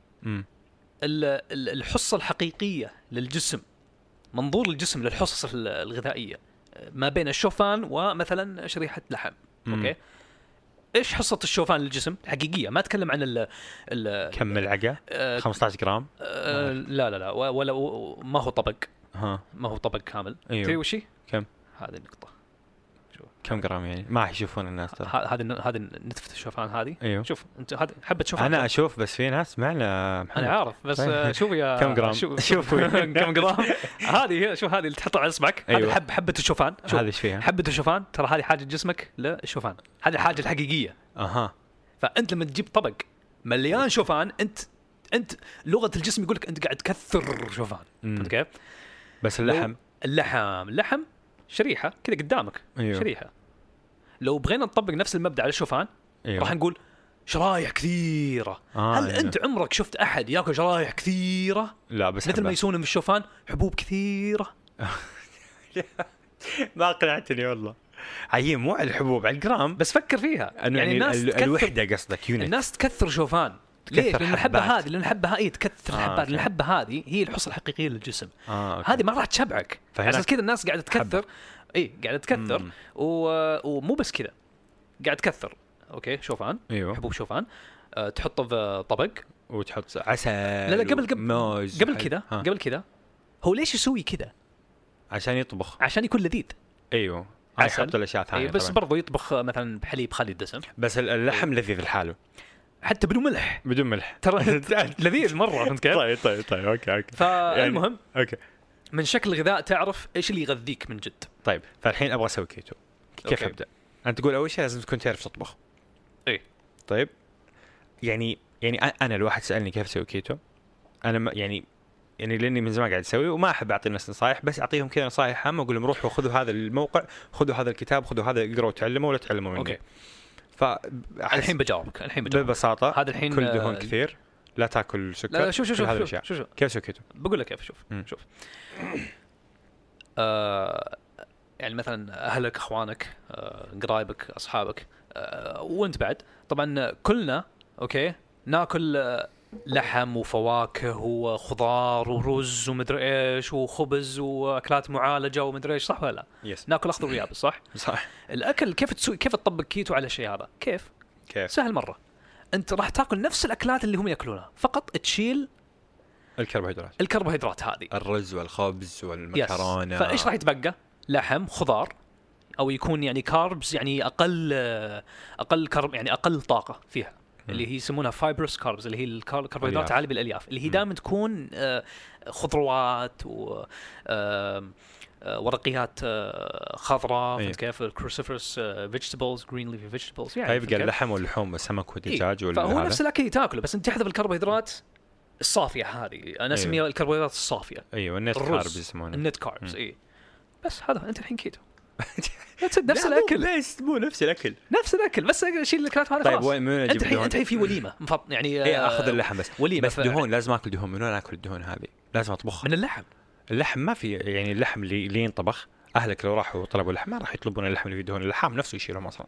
C: الحصه الحقيقيه للجسم، منظور الجسم للحصص الغذائيه ما بين الشوفان ومثلا شريحه لحم. اوكي ايش حصة الشوفان للجسم الحقيقية؟ ما اتكلم عن
B: كم ملعقة 15 جرام.
C: لا ولا ما هو طبق. ما هو طبق كامل. تدري وش كم؟ هذه النقطة. شوف
B: كم جرام يعني؟ ما يشوفون الناس ترى.
C: هذا نتفة الشوفان هذه.
B: أيوه.
C: شوف انت هذا حبه شوفان.
B: انا اشوف بس في ناس معنا محمد.
C: انا عارف بس شوف يا
B: كم جرام؟
C: شوف كم جرام. هذه شوف هذه اللي تحطها على اصبعك.
B: أيوه.
C: هذه حبه الشوفان.
B: هذه ايش فيها؟
C: حبه الشوفان ترى هذه حاجه جسمك للشوفان، هذه الحاجه الحقيقيه.
B: اها.
C: فانت لما تجيب طبق مليان شوفان انت لغه الجسم يقول لك انت قاعد تكثر شوفان. فهمت كيف؟
B: بس
C: اللحم شريحه كذا قدامك.
B: أيوه.
C: شريحه. لو بغينا نطبق نفس المبدا على الشوفان
B: أيوه.
C: راح نقول شرايح كثيره. هل
B: أيوه.
C: انت عمرك شفت احد ياكل شرايح كثيره؟
B: لا بس
C: مثل ما يسون في الشوفان حبوب كثيره.
B: ما اقنعتني والله. عيين مو على الحبوب، على الجرام.
C: بس فكر فيها
B: يعني الناس الوحده قصدك يونت.
C: الناس تكثر شوفان ليه؟ لأن الحبة هذه، لأن الحبة هذه تكثر الحبات، لأن الحبة هذه هي الحصة الحقيقية للجسم. هذه ما راح تشبعك. عشان كذا الناس قاعدة تكثر. قاعدة تكثر ومو بس كذا، قاعد تكثر. أوكي شوفان.
B: أيوه.
C: حبوب شوفان. تحطه في طبق
B: وتحط عسل.
C: لا قبل كذا هو ليش يسوي كذا؟
B: عشان يطبخ،
C: عشان يكون لذيذ.
B: ايوه يحط الاشياء ثانيه.
C: بس برضو يطبخ مثلا بحليب خالي الدسم.
B: بس اللحم لذيذ لحاله
C: حتى بدون ملح
B: ترى
C: لذيذ مره. فهمت كيف؟
B: طيب اوكي
C: فالمهم
B: يعني اوكي
C: من شكل الغذاء تعرف ايش اللي يغذيك من جد.
B: طيب فالحين ابغى اسوي كيتو، كيف ابدا؟ انت تقول اول شيء لازم تكون تعرف تطبخ. طيب يعني انا الواحد سالني كيف اسوي كيتو، انا يعني لاني من زمان قاعد اسوي وما احب اعطي الناس نصايح، بس اعطيهم كذا نصايح عامه، اقول لهم روحوا خذوا هذا الموقع، خذوا هذا الكتاب، خذوا هذا اقرأوا وتعلموا ولا تعلموا مني.
C: اوكي
B: الحين
C: بجاوبك
B: ببساطه.
C: هذا الحين
B: كل دهون كثير، لا تاكل سكر.
C: لا شوف
B: كيف اسوي كيتو؟
C: بقول لك كيف. شوف يعني مثلا اهلك، اخوانك، قرايبك، اصحابك، وانت بعد طبعا كلنا اوكي ناكل لحم وفواكه وخضار ورز ومدري ايش وخبز واكلات معالجه ومدري ايش، صح ولا لا؟ ناكل اخضر ويابس، صح؟ الاكل كيف تطبق كيتو على الشيء هذا؟ كيف سهل مره. انت راح تاكل نفس الاكلات اللي هم ياكلونها، فقط تشيل الكربوهيدرات هذه، الرز
B: والخبز والمكرونه.
C: فايش راح يتبقى؟ لحم، خضار، او يكون يعني كاربز، يعني اقل كرب، يعني اقل طاقه فيها، اللي هي يسمونها فايبرس كاربز، اللي هي الكربوهيدرات عاليه بالالياف، اللي هي دائما تكون خضروات و ورقيات خضراء. فهمت كيف؟ الكروسيفرس فيجيتابلز، جرين ليفي فيجيتابلز. يعني
B: يبقى اللحم واللحوم والسمك والدجاج
C: فهو نفس الاكل تاكله، بس انت تحذف الكربوهيدرات الصافيه هذه. انا اسميها الكربوهيدرات الصافيه.
B: النت كاربز يسمونها.
C: النت كاربز. بس هذا انت الحين كيتو. نفس الاكل.
B: مو نفس الاكل،
C: بس شيل الاكلات هذه.
B: طيب وين
C: انت الحين في وليمه يعني
B: اخذ اللحم بس
C: وليمه،
B: بس دهون لازم اكل دهون. من وين اكل الدهون هذه؟ لازم اطبخها
C: من
B: اللحم ما في، يعني اللحم اللي ينطبخ. اهلك لو راحوا طلبوا لحم ما راح يطلبون اللحم اللي فيه دهون، اللحم نفسه يشيلهم اصلا.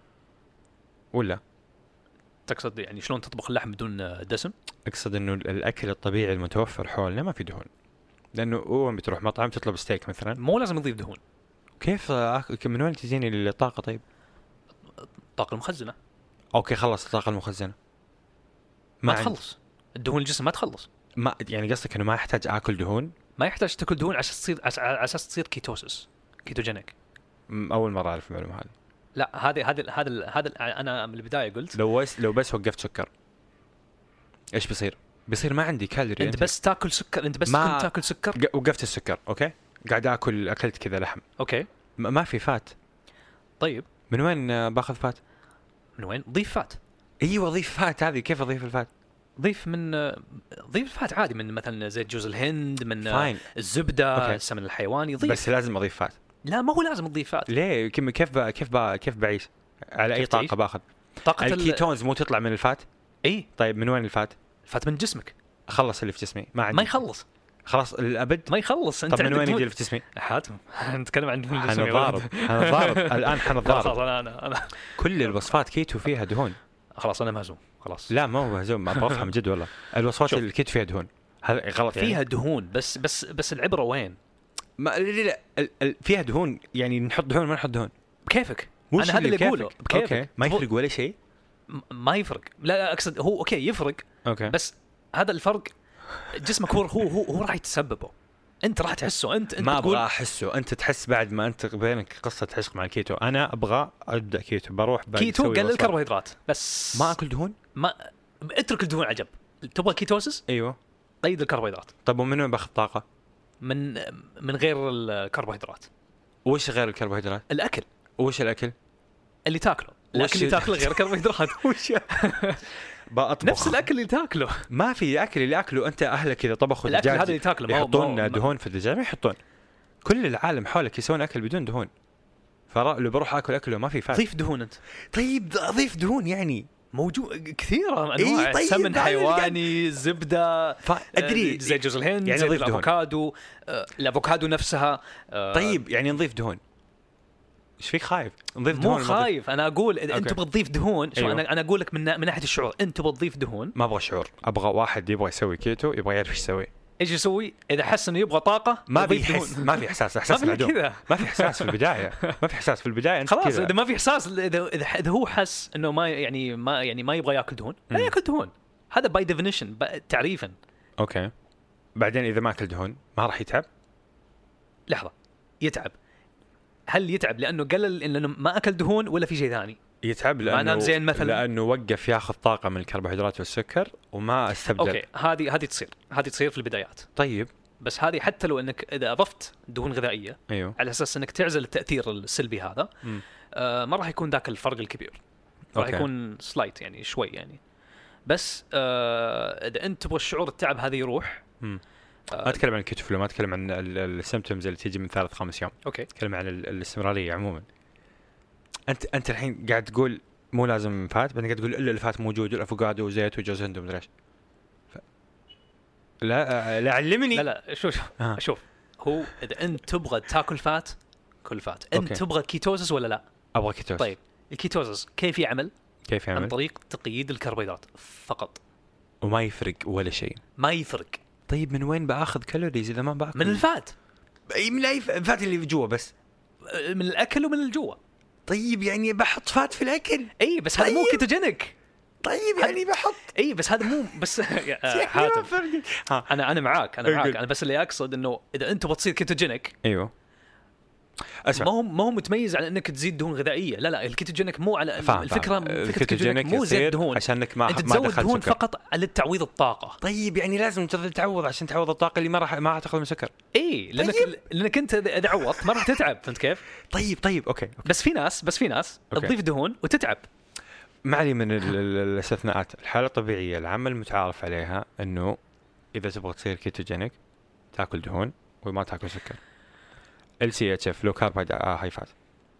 B: ولا
C: تقصد يعني شلون تطبخ اللحم بدون دسم؟
B: اقصد انه الاكل الطبيعي المتوفر حولنا ما في دهون، لانه اول ما بتروح مطعم تطلب ستيك مثلا
C: مو لازم نضيف دهون.
B: كيف من وين تجيني الطاقه؟ طيب
C: الطاقه المخزنه.
B: اوكي خلص الطاقه المخزنه
C: ما تخلص الدهون، الجسم ما تخلص.
B: ما يعني قصدك انه ما يحتاج اكل دهون؟
C: ما يحتاج تاكل دهون عشان تصير على اساس تصير كيتوسيس، كيتوجينيك.
B: اول مره اعرف المعلومه هذه.
C: لا هذا انا من البدايه قلت
B: لو بس وقفت سكر ايش بيصير ما عندي كالوري.
C: انت بس تاكل سكر، انت بس كنت تاكل سكر.
B: وقفت السكر اوكي، قاعد اكلت كذا لحم اوكي، ما في فات.
C: طيب
B: من وين باخذ فات؟
C: من وين؟ ضيف فات.
B: ايوه ضيف فات. هذه كيف اضيف الفات؟
C: ضيف الفات عادي من مثلا زيت جوز الهند، من الزبده، السمن الحيواني. ضيف.
B: بس لازم اضيف فات؟
C: لا ما هو لازم تضيف فات.
B: ليه؟ كيف بعيش على اي طاقه باخذ؟ طاقه الكيتونز مو تطلع من الفات؟ طيب من وين الفات
C: من جسمك.
B: اخلص اللي في جسمي ما عندي.
C: ما يخلص
B: خلاص الابد
C: ما يخلص.
B: انت من وين يجي اللي في جسمي؟
C: حاتم نتكلم عن جسمي.
B: حنضارب الان
C: خلاص انا
B: كل الوصفات كيتو فيها دهون.
C: خلاص انا مهزوم خلاص.
B: لا ما هو مهزوم، ما بفهم جد والله. الوصفات الكيتو فيها دهون، هذا غلط يعني.
C: فيها دهون بس العبره وين؟
B: لا فيها دهون، يعني نحط دهون ما نحط دهون
C: بكيفك. انا هذا اللي اقوله
B: بكيفك. ما يفرق ولا شيء.
C: ما يفرق. لا اقصد هو اوكي يفرق. بس هذا الفرق جسمك هو راح يتسببه. انت راح تحسه. انت
B: ما ابغى احسه، انت تحس بعد ما انت بينك قصه عشق مع الكيتو. انا ابغى ابدا كيتو، بروح
C: كيتو قلل الكربوهيدرات بس،
B: ما اكل دهون،
C: ما اترك الدهون. عجب تبغى كيتوسس؟
B: ايوه
C: قيد الكربوهيدرات.
B: طيب ومن وين باخذ طاقه؟
C: من غير الكربوهيدرات.
B: وش غير الكربوهيدرات؟
C: الاكل.
B: وش الاكل
C: اللي تاكله؟ الاكل اللي تاكله غير كربوهيدرات.
B: وش بأطبخ
C: نفس الاكل اللي تاكله.
B: ما في اكل اللي اكله انت اهلك كذا طبخوا
C: الاكل
B: دجاج
C: هذا اللي تاكله
B: يحطون دهون في الدجاج، ما يحطون. كل العالم حولك يسوون اكل بدون دهون، فلو بروح اكل اكله ما في فات.
C: ضيف دهون انت.
B: طيب اضيف دهون يعني
C: موجود كثيره انواع.
B: طيب
C: سمن حيواني، زبده،
B: ادري
C: زي جوز الهند،
B: يعني
C: زي
B: نضيف
C: الافوكادو، الافوكادو نفسها.
B: طيب يعني نضيف دهون. ايش فيك خايف؟ نضيف دهون.
C: مو خايف، انا اقول اذا انت بتضيف دهون.
B: أيوه.
C: انا اقول لك من ناحيه الشعور، انت بتضيف دهون.
B: ما ابغى شعور، ابغى واحد يبغى يسوي كيتو يبغى يعرف ايش يسوي.
C: ايش يسوي؟ اذا حس انه يبغى طاقه
B: ما بيحس، ما في احساس معدوم. ما في احساس في البدايه، ما في احساس في البدايه. انت
C: خلاص اذا ما في احساس، اذا هو حس انه ما يبغى ياكل دهون، لا ياكل دهون. هذا باي ديفينيشن تعريفا.
B: اوكي بعدين اذا ما اكل دهون ما راح يتعب؟
C: لحظه، يتعب. هل يتعب لانه قلل انه ما اكل دهون، ولا في شيء ثاني؟
B: يتعب لانه وقف ياخذ طاقه من الكربوهيدرات والسكر وما استبدل.
C: اوكي هذه تصير في البدايات.
B: طيب
C: بس هذه حتى لو انك اذا اضفت دهون غذائيه،
B: ايوه،
C: على اساس انك تعزل التاثير السلبي هذا، ما راح يكون ذاك الفرق الكبير. راح يكون سلايت يعني شوي يعني. بس اذا انت تبغى الشعور التعب هذا يروح.
B: ما اتكلم عن الكيتو، ما اتكلم عن السيمبتومز اللي تيجي من 3-5 يوم.
C: اوكي
B: اتكلم عن الاستمراريه عموما. انت الحين قاعد تقول مو لازم فات، بعدين قاعد تقول الا الفات موجود، الافوكادو وزيت وجوز هند ومدري ايش. لا علمني.
C: لا شوف هو اذا انت تبغى تاكل فات، كل فات. انت تبغى كيتوزس ولا لا؟
B: ابغى كيتوز.
C: طيب الكيتوزس كيف يعمل؟
B: عن
C: طريق تقييد الكربوهيدرات فقط،
B: وما يفرق ولا شيء.
C: ما يفرق.
B: طيب من وين باخذ كالوريز اذا ما باكل؟
C: من الفات.
B: اي من الفات اللي جوا بس،
C: من الاكل ومن الجوا.
B: طيب يعني بحط فات في الاكل.
C: اي بس هذا مو كيتوجينيك.
B: طيب يعني بحط.
C: اي بس هذا مو بس انا معاك. انا بس اللي اقصد انه اذا انت بتصير كيتوجينيك،
B: ايوه
C: اسمع، ما هو متميز على انك تزيد دهون غذائيه. لا الكيتوجينيك مو على الفكره الكيتوجينيك مو زيد دهون،
B: عشانك ما
C: تزود دهون فقط للتعويض الطاقه.
B: طيب يعني لازم تعوض عشان تعوض الطاقه اللي ما راح تاخذ من سكر.
C: اي لانك انت اذا عوضت ما راح تتعب. فهمت كيف؟
B: طيب اوكي.
C: بس في ناس تضيف دهون وتتعب.
B: ما علي من الاستثناءات. الحاله الطبيعيه العامه المتعارف عليها انه اذا تبغى تصير كيتوجينيك تاكل دهون وما تاكل سكر. LCHF لو كارب هاي فات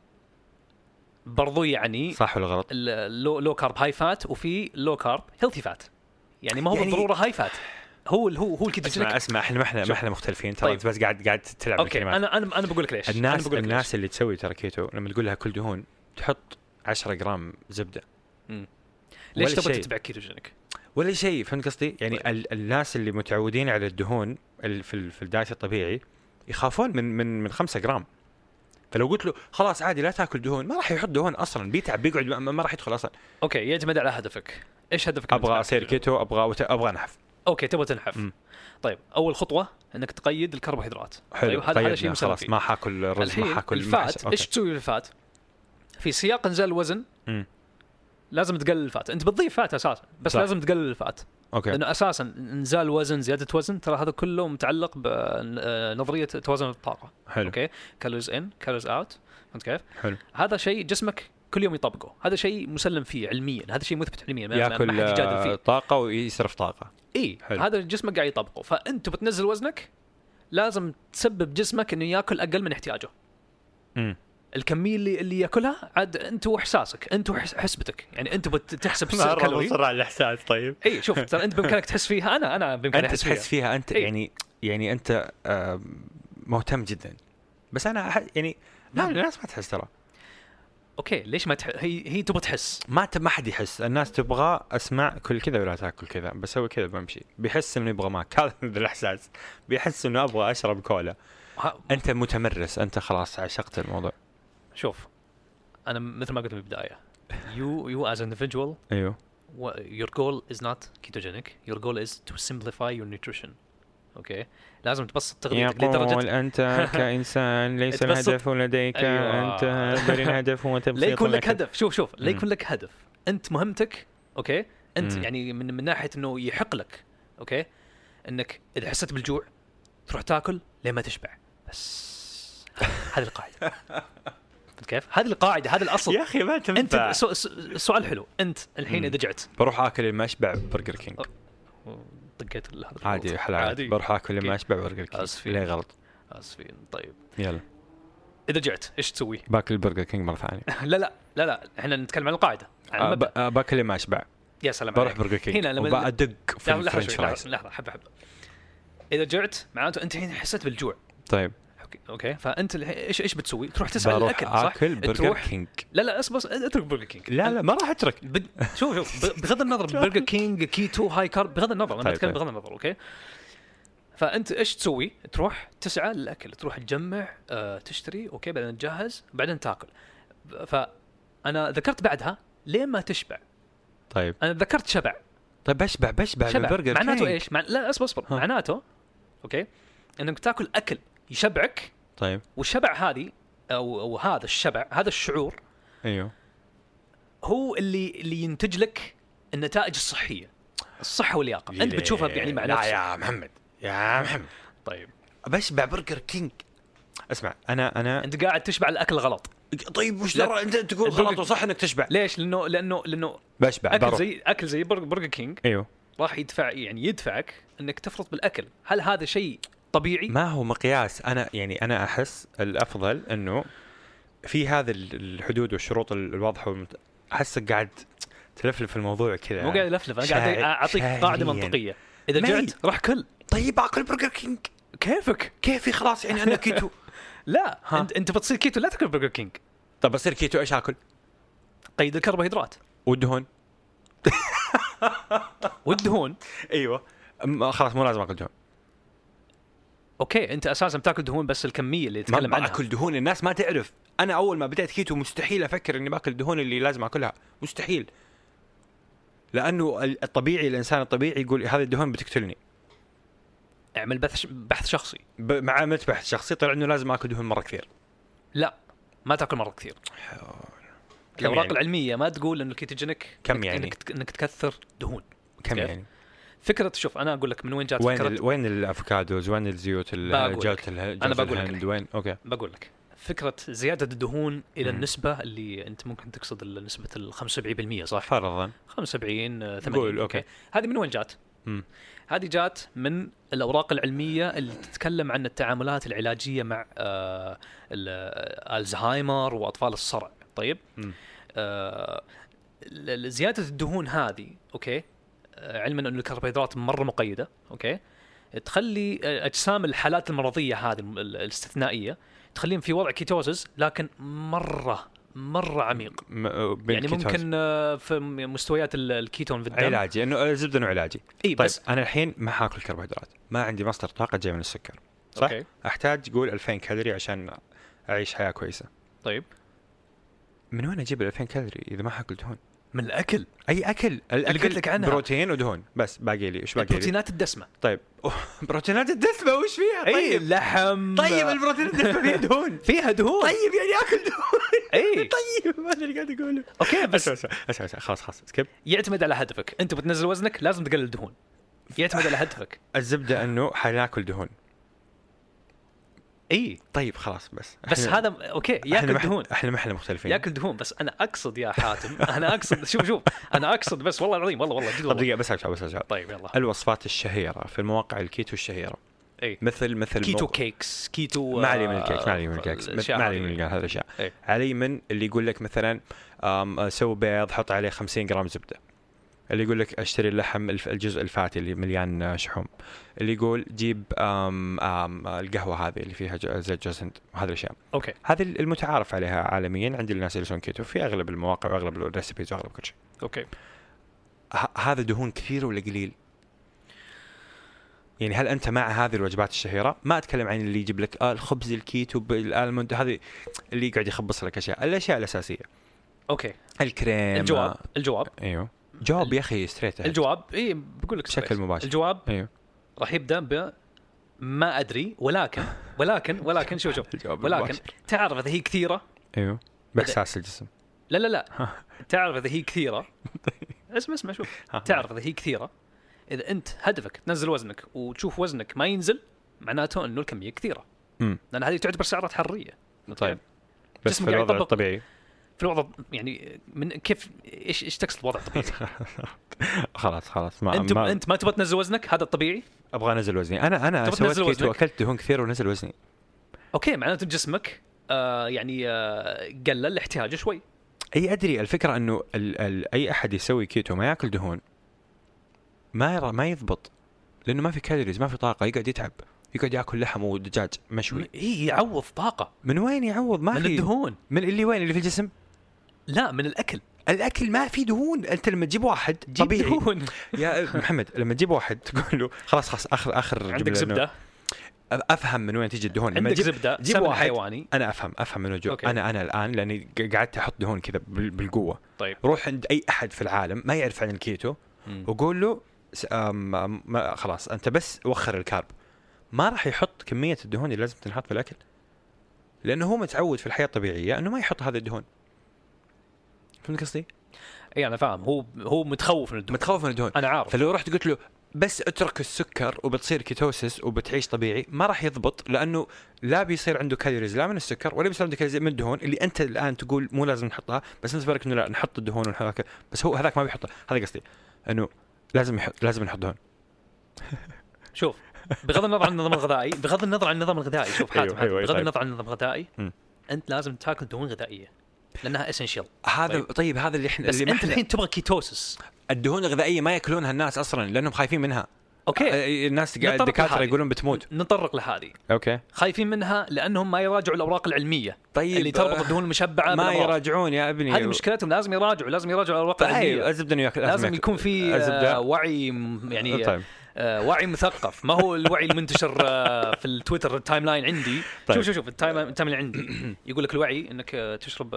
C: برضو يعني
B: صح ولا غلط؟
C: لو كارب هاي فات، وفي لو كارب هيلثي فات. يعني ما هو بالضروره هاي فات. هو الكيتوجينيك.
B: اسمع احنا ما احنا مختلفين ترى. انت بس قاعد تلعب بالكلمات.
C: انا بقول لك ليش.
B: الناس اللي تسوي ترى كيتو لما تقول لها كل دهون تحط 10 جرام زبده.
C: ليش تبغى تتبع كيتوجينيك
B: ولا شيء؟ فهمت قصدي؟ يعني الناس اللي متعودين على الدهون في الدايت الطبيعي يخافون من 5 جرام. فلو قلت له خلاص عادي لا تاكل دهون، ما راح يحط دهون اصلا، بيتعب بيقعد ما راح يدخل اصلا.
C: اوكي يجمد على هدفك. ايش هدفك؟
B: ابغى اصير كيتو، ابغى انحف.
C: اوكي تبغى تنحف. طيب اول خطوه انك تقيد الكربوهيدرات.
B: طيب
C: هذا شيء مسلم
B: خلاص. ما حاكل رز، ما حاكل
C: الفات. ايش تسوي بالفات؟ في سياق انزال الوزن لازم تقلل الفات. انت بتضيف فات اساسا بس صح. لازم تقلل الفات.
B: اوكي.
C: لانه اساسا انزال وزن، زياده وزن، ترى هذا كله متعلق بنظريه توازن الطاقه.
B: حلو.
C: اوكي كالوريز ان كالوريز اوت. فهمت كيف؟
B: حلو.
C: هذا شيء جسمك كل يوم يطبقه. هذا شيء مسلم فيه علميا. هذا شيء مثبت علميا.
B: ما حد يجادل فيه. طاقه ويصرف طاقه.
C: هذا جسمك قاعد يطبقه. فانت بتنزل وزنك لازم تسبب جسمك انه ياكل اقل من احتياجه. الكميه اللي ياكلها عاد انت واحساسك، انت وحسبتك. يعني انت بتحسب الكالوري.
B: مصر على الاحساس. طيب
C: شوف ترى انت بامكانك تحس فيها. انا بامكاني
B: احس فيها انت. يعني انت مهتم جدا. بس انا يعني الناس ما تحس ترى.
C: اوكي ليش ما هي تبغى تحس.
B: ما حد يحس. الناس تبغى اسمع كل كذا ولا تاكل كذا، بسوي كذا بمشي. بيحس انه يبغى ماك. هذا الاحساس. بيحس انه ابغى اشرب كولا. انت متمرس، انت خلاص عشقت الموضوع.
C: شوف انا مثل ما قلت في البدايه you as an individual
B: ايوه
C: your goal is not ketogenic. your goal is to simplify your nutrition. اوكي لازم تبسط تغذيتك لدرجه
B: يقول انت كانسان ليس الهدف لديك.
C: أيوة.
B: انت بل الهدف هو تبسيط.
C: لا يكون لك هدف. شوف لا يكون لك هدف. انت مهمتك اوكي انت يعني من ناحيه انه يحق لك اوكي انك اذا حسيت بالجوع تروح تاكل لين ما تشبع بس. هذه القاعده. كيف هذه القاعده؟ هذا الاصل
B: يا اخي ما تنفع.
C: انت سؤال حلو. انت الحين اذا جعت
B: بروح اكل لما اشبع برجر كينج.
C: طقيت
B: عادي حلال. بروح اكل لما اشبع برجر كينج. ليه غلط؟
C: اسفين. طيب
B: يلا
C: اذا جعت ايش تسوي؟
B: باكل برجر كينج مره ثانيه.
C: لا احنا نتكلم عن القاعده.
B: باكل لما اشبع.
C: يا سلام.
B: بروح برجر كينج وبادق في الفرنش فرايز.
C: لحظه حبه اذا جعت معناته انت الحين حسيت بالجوع.
B: طيب
C: اوكي فانت ايش بتسوي؟ تروح تسال الاكل صح؟
B: اكل برجر كينج.
C: لا بس اترك برجر كينج.
B: لا ما راح اترك.
C: شوف بغض النظر برجر كينج كيتو هاي كارب بغض النظر انا اتكلم بغض النظر اوكي. فانت ايش تسوي؟ تروح تسعى للاكل تروح تجمع تشتري اوكي بعدين تجهز بعدين تاكل. فانا ذكرت بعدها لين ما تشبع.
B: طيب
C: انا ذكرت شبع.
B: طيب بشبع
C: بالبرجر معناته ايش؟ لا اصبر معناته اوكي انك تاكل اكل يشبعك.
B: طيب
C: والشبع هذه او هذا الشبع هذا الشعور
B: ايوه
C: هو اللي ينتج لك النتائج الصحيه الصحه واللياقه. انت بتشوفها يعني مع نفسك.
B: يا محمد
C: طيب
B: بشبع برجر كينج. اسمع انا
C: انت قاعد تشبع الاكل غلط.
B: طيب وش درى انت تقول غلط وصح انك تشبع؟
C: ليش؟ لانه
B: بشبع
C: اكل زي برجر كينج
B: ايوه
C: راح يدفعك انك تفرط بالاكل. هل هذا شيء طبيعي؟
B: ما هو مقياس. انا احس الافضل انه في هذا الحدود والشروط الواضحه احسك قاعد تلفلف في الموضوع كذا.
C: مو قاعد الفلف انا قاعد اعطيك قاعده منطقيه. اذا جعت راح كل.
B: طيب اكل برجر كينج
C: كيفك
B: كيفي خلاص يعني انا كيتو.
C: لا انت بتصير كيتو لا تاكل برجر كينج.
B: طب بصير كيتو ايش اكل؟
C: قيد الكربوهيدرات
B: والدهون.
C: والدهون
B: ايوه خلاص مو لازم اكل دهون.
C: اوكي انت اساسا بتاكل دهون بس الكميه اللي تتكلم عنها.
B: ما اكل دهون الناس ما تعرف. انا اول ما بدأت كيتو مستحيل افكر اني باكل دهون اللي لازم اكلها مستحيل. لانه الطبيعي الانسان الطبيعي يقول هذه الدهون بتقتلني.
C: اعمل بحث شخصي.
B: مع عملت بحث شخصي طلع انه لازم اكل دهون مره كثير.
C: لا ما تاكل مره كثير. الاوراق يعني؟ العلميه ما تقول انه الكيتوجينيك
B: كم يعني
C: انك تكثر دهون.
B: كم يعني
C: فكره شوف انا اقول لك من وين جات فكره
B: وين الافوكادوز وين الزيوت الجوت
C: انا بقول لك
B: وين اوكي
C: بقول لك فكره زياده الدهون الى النسبه اللي انت ممكن تقصد نسبه ال 75% صح
B: فرضا
C: 75 80 اوكي هذه من وين جات؟ هذه جات من الأوراق العلمية اللي تتكلم عن التعاملات العلاجية مع الزهايمر وأطفال الصرع. طيب زيادة الدهون هذه أوكي علما أن الكربوهيدرات مرة مقيدة أوكي تخلي أجسام الحالات المرضية هذه الاستثنائية تخليهم في وضع كيتوزز لكن مرة عميق يعني ممكن في مستويات الكيتون في الدم
B: علاجي انه زبده انه علاجي.
C: طيب
B: بس انا الحين ما حاكل كربوهيدرات ما عندي مصدر طاقه جاي من السكر صح أوكي. احتاج قول 2000 كالوري عشان اعيش حياه كويسه.
C: طيب
B: من وين اجيب 2000 كالوري اذا ما حاكل دهون؟
C: من الاكل
B: اي اكل
C: اللي قلت لك عنها
B: بروتين ودهون بس باقي لي ايش باقي لي؟
C: البروتينات الدسمه.
B: طيب بروتينات الدسمه وش فيها؟ طيب
C: اي اللحم.
B: طيب البروتينات الدسمه فيها دهون
C: فيها دهون.
B: طيب يعني اكل دهون
C: اي
B: طيب هذا اللي قاعد اقوله.
C: اوكي بس
B: خلاص سكيب.
C: يعتمد على هدفك انت بتنزل وزنك لازم تقلل دهون يعتمد على هدفك.
B: الزبده انه حناكل دهون.
C: اي
B: طيب خلاص بس
C: هذا اوكي ياكل دهون.
B: احنا ما احنا مختلفين
C: ياكل دهون بس انا اقصد يا حاتم انا اقصد شوف انا اقصد بس والله العظيم والله جد والله.
B: دقيقه بس
C: طيب يلا.
B: الوصفات الشهيره في المواقع الكيتو الشهيره
C: اي
B: مثل
C: كيتو كيكس كيتو
B: ما علي من الكيكس ما علي من هذا الاشياء علي من اللي يقول لك مثلا سوي بيض حط عليه 50 جرام زبده. اللي يقول لك اشتري اللحم الجزء الفاتي اللي مليان شحوم. اللي يقول جيب القهوه هذه اللي فيها زيت جوز هند وهذه الاشياء.
C: اوكي
B: هذه المتعارف عليها عالميا عند الناس اللي يسوون كيتو في اغلب المواقع واغلب الريسيبيز واغلب كل شيء.
C: اوكي
B: هذا دهون كثير ولا قليل؟ يعني هل انت مع هذه الوجبات الشهيره؟ ما اتكلم عن اللي يجيب لك الخبز الكيتو بالالموند هذه اللي يقعد يخبص لك الاشياء الاساسيه.
C: اوكي
B: الكريم.
C: الجواب
B: ايوه جواب يا اخي ستريت.
C: الجواب بقول لك
B: بشكل مباشر.
C: الجواب
B: ايوه
C: راح يبدا ما ادري، ولكن شوف ولكن تعرف اذا هي كثيره.
B: ايوه باحساس الجسم.
C: لا تعرف اذا هي كثيره. اسمع شوف، تعرف اذا هي كثيره، اذا انت هدفك تنزل وزنك وتشوف وزنك ما ينزل، معناته انه الكميه كثيره. لان هذه تعتبر سعرات حراريه.
B: طيب بس في الوضع الطبيعي،
C: في الوضع يعني من كيف ايش تقصد وضع طبيعي؟
B: خلاص
C: انت ما تبغى تنزل وزنك، هذا الطبيعي.
B: ابغى انزل وزني. انا سويت كيتو واكلت دهون كثير ونزل وزني.
C: اوكي معناته جسمك قلل احتياجه شوي.
B: اي ادري. الفكره انه اي احد يسوي كيتو ما ياكل دهون ما يضبط، لانه ما في كالوريز، ما في طاقه، يقعد يتعب، يقعد ياكل لحم ودجاج مشوي.
C: يعوض طاقه. من
B: وين يعوض؟ ما
C: من
B: في
C: الدهون.
B: من اللي وين؟ اللي في الجسم؟
C: لا من
B: الاكل ما في دهون. انت لما تجيب واحد طبيعي
C: دهون.
B: يا محمد، لما تجيب واحد تقول له خلاص اخر
C: عندك زبده،
B: افهم من وين تيجي الدهون.
C: لما تجيب زبده
B: جيب واحد
C: حيواني،
B: انا افهم من وجهه. انا الان لاني قعدت احط دهون كذا بالقوه.
C: طيب
B: روح عند اي احد في العالم ما يعرف عن الكيتو وقول له خلاص انت بس وخر الكارب، ما راح يحط كميه الدهون اللي لازم تنحط في الاكل، لانه هو متعود في الحياه الطبيعيه انه ما يحط هذه الدهون. فهمت قصدي؟
C: اي انا فاهم. هو متخوف من
B: الدهون.
C: انا عارف.
B: فلو رحت قلت له بس اترك السكر وبتصير كيتوسيس وبتعيش طبيعي، ما راح يضبط، لانه لا بيصير عنده كالوريز لا من السكر ولا بيصير عنده كالوريز من الدهون اللي انت الان تقول مو لازم نحطها، بس انت بالك انه لا نحط الدهون ونحط، بس هو هذاك ما بيحطها. هذا قصدي انه لازم نحط دهون.
C: شوف بغض النظر عن النظام الغذائي، شوف حاتم، بغض النظر عن النظام الغذائي انت لازم تاكل دهون غذائيه لانها اسينشال.
B: هذا طيب هذا اللي احنا
C: اللي انت الحين تبغى كيتوسس.
B: الدهون الغذائيه ما ياكلونها الناس اصلا لانهم خايفين منها.
C: اوكي
B: الناس الدكاتره يقولون بتموت.
C: نطرق لهذه.
B: اوكي
C: خايفين منها لانهم ما يراجعوا الاوراق العلميه.
B: طيب
C: اللي تربط الدهون المشبعه
B: ما يراجعون يا ابني.
C: هذه مشكلتهم. لازم يراجعوا الاوراق العلميه.
B: لازم
C: يكون في وعي يعني
B: طيب.
C: وعي مثقف، ما هو الوعي المنتشر في التويتر التايم لاين عندي. طيب. شوف التايم لاين عندي يقول لك الوعي انك تشرب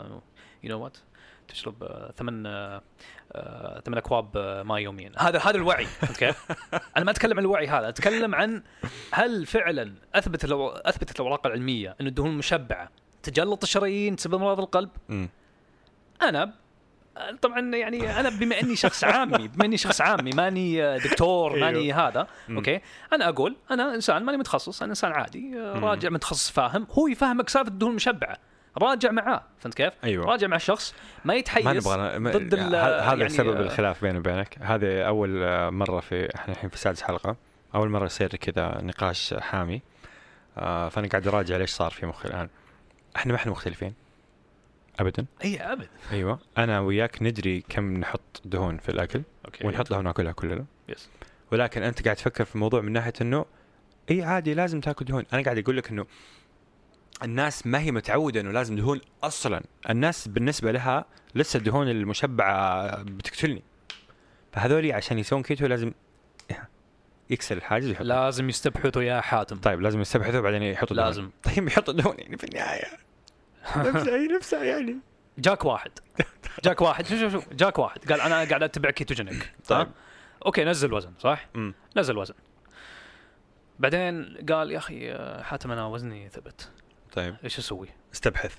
C: تشرب 8 اكواب ماء يوميا. هذا الوعي. كيف؟ انا ما اتكلم عن الوعي هذا، اتكلم عن هل فعلا اثبتت الاوراق العلميه ان الدهون المشبعه تجلط الشرايين، تسبب امراض القلب. انا طبعا يعني انا بما اني شخص عامي ماني دكتور ماني هذا. اوكي انا اقول انا انسان ماني متخصص، انا انسان عادي راجع متخصص فاهم، هو يفهمك سالفه الدهون المشبعه، راجع معاه. فهمت كيف؟
B: أيوة.
C: راجع مع الشخص ما يتحيز ضد
B: هذا
C: يعني
B: سبب الخلاف بيني وبينك. هذه اول مره احنا الحين في 6 حلقه، اول مره يصير كذا نقاش حامي. فانا قاعد اراجع ليش صار في مخي الان. احنا ما احنا مختلفين ابدا.
C: ابدا.
B: ايوه انا وياك ندري كم نحط دهون في الاكل.
C: أوكي.
B: ونحط لها وناكلها كلنا.
C: يس.
B: ولكن انت قاعد تفكر في الموضوع من ناحيه انه اي عادي لازم تاكل دهون. انا قاعد اقول لك انه الناس ما هي متعوده انه لازم دهون اصلا. الناس بالنسبه لها لسه الدهون المشبعه بتقتلني، فهذولي عشان يسوون كيتو لازم يكسر الحاجز ويحط.
C: لازم يستبحثوا يا حاتم.
B: طيب لازم يستبحثوا بعدين يحطوا
C: لازم.
B: طيب يحطوا دهون يعني في النهايه نفسها يعني.
C: جاك واحد شوف جاك واحد قال انا قاعد اتبع كيتوجينيك.
B: طيب
C: اوكي نزل وزن صح. نزل وزن، بعدين قال يا اخي حاتم انا وزني ثبت.
B: طيب
C: ايش اسوي؟
B: استبحث.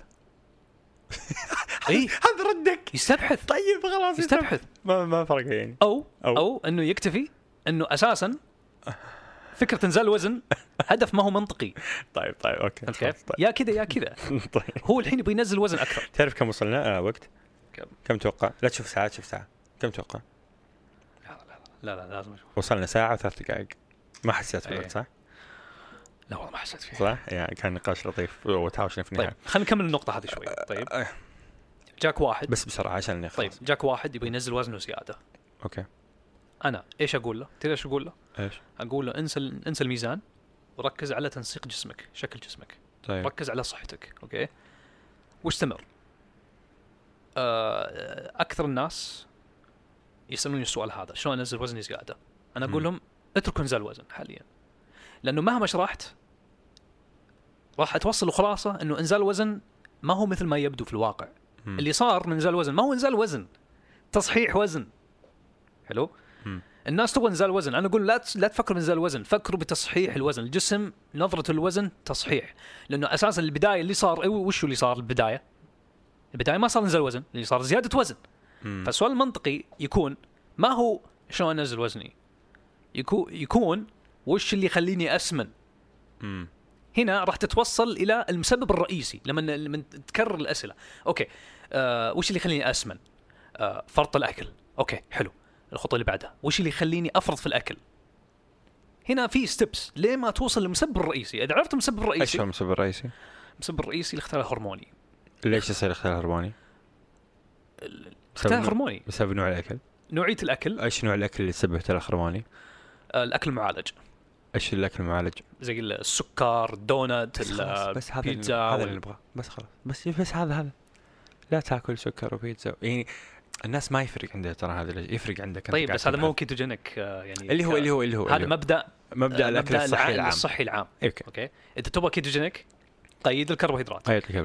C: اي
B: هذا ردك.
C: يستبحث.
B: طيب خلاص
C: يستبحث.
B: ما فرق يعني.
C: او انه يكتفي انه اساسا فكره انزال وزن هدف ما هو منطقي.
B: طيب اوكي.
C: طيب. يا كذا
B: طيب.
C: هو الحين يبغى ينزل وزن اكثر.
B: تعرف كم وصلنا وقت؟ كم توقع؟ لا تشوف ساعات، شوف ساعه. كم توقع؟
C: لا لازم اشوف.
B: وصلنا ساعه و3 دقائق. ما حسيت بالوقت صح؟
C: لا والله ما حسيت فيه.
B: صح يعني كان نقاش لطيف وتهاوشنا في النهايه.
C: طيب خلينا نكمل النقطه هذه شوي. طيب جاك واحد
B: بس بسرعه عشان نخلص.
C: طيب جاك واحد يبغى ينزل وزنه زياده.
B: اوكي
C: انا ايش اقول له؟ تدري ايش اقول له؟
B: ايش
C: اقول له انسى الميزان وركز على تنسيق جسمك، شكل جسمك.
B: طيب.
C: ركز على صحتك. اوكي واستمر. اكثر الناس يسالوني السؤال هذا، شلون انزل وزني زياده؟ انا اقول لهم اتركوا انزال وزن حاليا، لانه مهما شرحت راح توصل لخلاصه انه انزال وزن ما هو مثل ما يبدو في الواقع. اللي صار من انزال وزن ما هو انزال وزن، تصحيح وزن. حلو. الناس تبغى انزال وزن. انا اقول لا تفكروا بانزال الوزن، فكروا بتصحيح الوزن. الجسم نظرة الوزن تصحيح، لانه اساسا البدايه اللي صار وش اللي صار البدايه ما صار انزال وزن، اللي صار زياده وزن. فالسؤال المنطقي يكون ما هو شلون انزل وزني، يكون وش اللي يخليني اسمن. هنا راح تتوصل الى المسبب الرئيسي لما تكرر الاسئله. اوكي وش اللي يخليني اسمن؟ فرط الاكل. اوكي حلو. الخطوه اللي بعدها وش اللي يخليني افرط في الاكل؟ هنا في ستيبس ليه ما توصل للمسبب الرئيسي. اذا عرفت المسبب الرئيسي،
B: ايش هو المسبب الرئيسي؟
C: المسبب الرئيسي الاختلال الهرموني.
B: ليش يصير اختلال هرموني؟
C: اختلال هرموني
B: بسبب نوع الاكل،
C: نوعيه الاكل.
B: ايش نوع الاكل اللي يسبب اختلال هرموني؟
C: الاكل المعالج.
B: ايش الاكل المعالج؟
C: زي السكر، الدونات،
B: بس هذا
C: البيتزا،
B: هذا اللي نبغاه. بس خلاص بس هذا لا تاكل سكر وبيتزا. يعني الناس ما يفرق عندها ترى، هذا يفرق عندك.
C: طيب بس هذا مو كيتوجينيك يعني
B: اللي هو
C: هذا مبدا
B: الاكل الصحي العام.
C: اوكي اذا تبغى كيتوجينيك قيد الكربوهيدرات.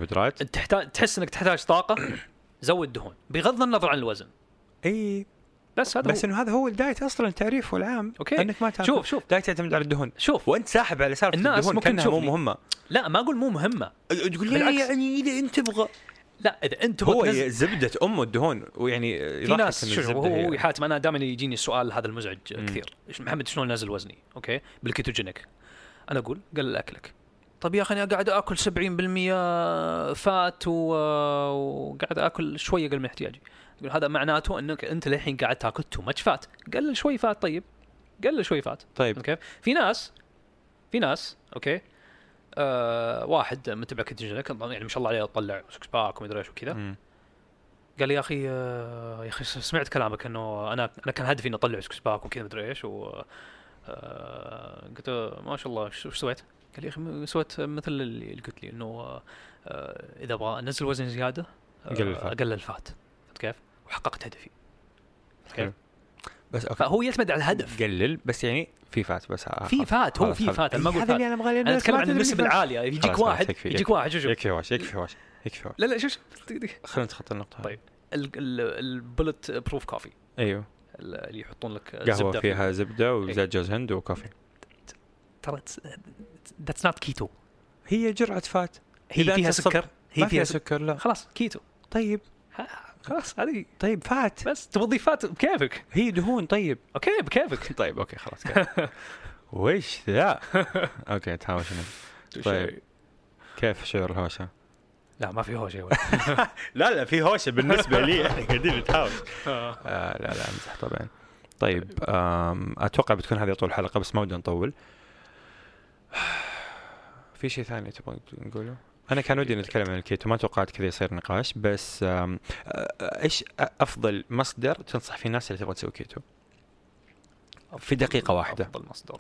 C: تحس انك تحتاج طاقه زود دهون بغض النظر عن الوزن.
B: اي
C: بس
B: انه هذا هو الدايت اصلا تعريفه العام.
C: أوكي.
B: انك ما تاكل.
C: شوف
B: دايت يعتمد على الدهون.
C: شوف
B: وانت ساحب على سالفه الدهون كانها مو مهمه.
C: لا ما اقول مو مهمه،
B: تقول لي يعني اذا انت تبغى.
C: لا اذا انت
B: هو زبده الدهون. ويعني
C: في ناس هو يحاتم. انا دائما يجيني السؤال هذا المزعج كثير، محمد شلون نازل وزني اوكي بالكيتوجينيك؟ انا اقول قلل اكلك. طب يا اخي انا قاعد اكل 70% فات وقاعد اكل شويه اقل من احتياجي. يقول هذا معناته انك انت للحين قاعد تاكل تو ماتش فات. قلل شوي فات. طيب قلل شوي فات.
B: طيب
C: اوكي. في ناس اوكي واحد متبع كيتوجينيك يعني ما شاء الله عليه يطلع سكس باك وما ادري ايش وكذا. قال لي يا اخي سمعت كلامك انه انا كان هدفي اني اطلع سكس باك وكذا ما ادري ايش قلت ما شاء الله وش سويت؟ قال لي اخي سويت مثل اللي قلت لي انه اذا ابغى انزل وزن زياده اقلل الفات. كيف؟ وحققت هدفي. كيف؟
B: بس
C: فهو يعتمد على الهدف.
B: قلل بس يعني في فات. بس
C: في فات. هو في فات.
B: انا ابغى
C: انا اتكلم عن النسبه العاليه. يجيك واحد شوف
B: يكفي واش.
C: لا شوف
B: خلينا نتخطى النقطه.
C: طيب البولت بروف كوفي.
B: ايوه
C: اللي يحطون لك
B: قهوه فيها زبده وزيت جوز هند وكوفي.
C: ترى ذاتس نوت كيتو.
B: هي جرعه فات.
C: هي فيها سكر.
B: هي فيها سكر. لا
C: خلاص كيتو.
B: طيب
C: خلاص هذه.
B: طيب فات
C: بس تبغى فات بكيفك.
B: هي دهون. طيب
C: اوكي بكيفك.
B: طيب اوكي خلاص وش ذا. اوكي تهاوشنا. طيب كيف شعور الهوشه؟
C: لا ما في هوشه.
B: لا في هوشه بالنسبه لي. احنا قاعدين نتهاوش. لا امزح طبعا. طيب اتوقع بتكون هذه طول الحلقه بس ما ودنا نطول. في شيء ثاني تبغى نقوله؟ أنا كان ودي نتكلم عن الكيتو. ما توقعت كذا يصير نقاش. بس إيش أفضل مصدر تنصح فيه الناس اللي تبغى تسوي كيتو في دقيقة واحدة؟
C: أفضل مصدر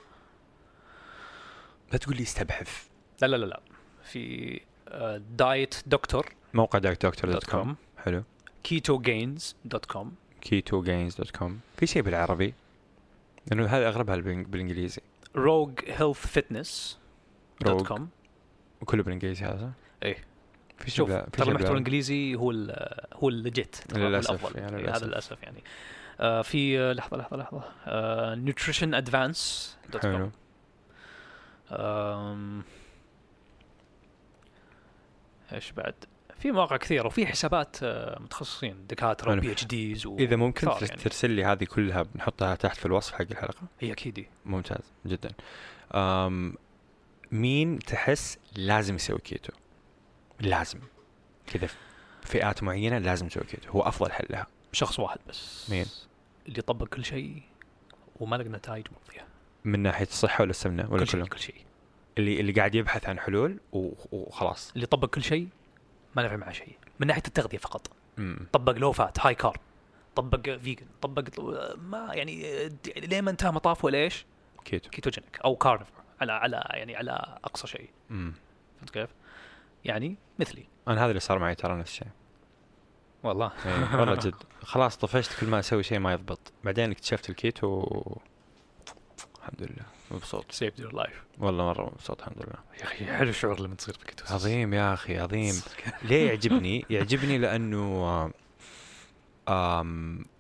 B: لا تقول لي استبحث.
C: لا في دايت دكتور.
B: موقع dietdoctor.com. حلو.
C: ketogains.com.
B: في شيء بالعربي لأنه هذا أغلبها بالإنجليزي.
C: roguehealthfitness.com.
B: وكله بالإنجليزي هذا.
C: إيه
B: في
C: شوف ترى المحتوى الإنجليزي هو الليجيت
B: للأسف
C: يعني هذا للأسف يعني. في لحظة nutritionadvance.com. ايش بعد؟ في مواقع كثيرة وفي حسابات متخصصين دكاترة PhDs
B: إذا ممكن
C: يعني.
B: ترسل لي هذه كلها بنحطها تحت في الوصف حق الحلقة.
C: هي أكيد
B: ممتاز جدا. مين تحس لازم يسوي كيتو؟ لازم كذا فئات معينة لازم يسوي كيتو، هو أفضل حل لها.
C: شخص واحد بس.
B: مين؟
C: اللي يطبق كل شيء وما لقى نتائج مرضية
B: من ناحية الصحة ولا السمنة ولا كله؟
C: كل شيء.
B: اللي قاعد يبحث عن حلول وخلاص.
C: اللي طبق كل شيء ما نفع معه شيء من ناحية التغذية فقط. طبق لو فات هاي كارب، طبق فيجن، طبق ما يعني ليه ما انتهى مطاف ولا ايش؟ كيتوجينيك او كارنيفور على يعني على اقصى شيء. فهمت كيف؟ يعني مثلي
B: انا هذا اللي صار معي ترى نفس الشيء
C: والله.
B: والله جد خلاص طفشت كل ما اسوي شيء ما يضبط. بعدين اكتشفت الكيتو الحمد لله مبسوط.
C: saved your life
B: والله مرة مبسوط الحمد لله.
C: يا أخي حلو الشعور لما تصير بكيتوسيس.
B: عظيم يا أخي عظيم. ليه يعجبني؟ يعجبني لأنه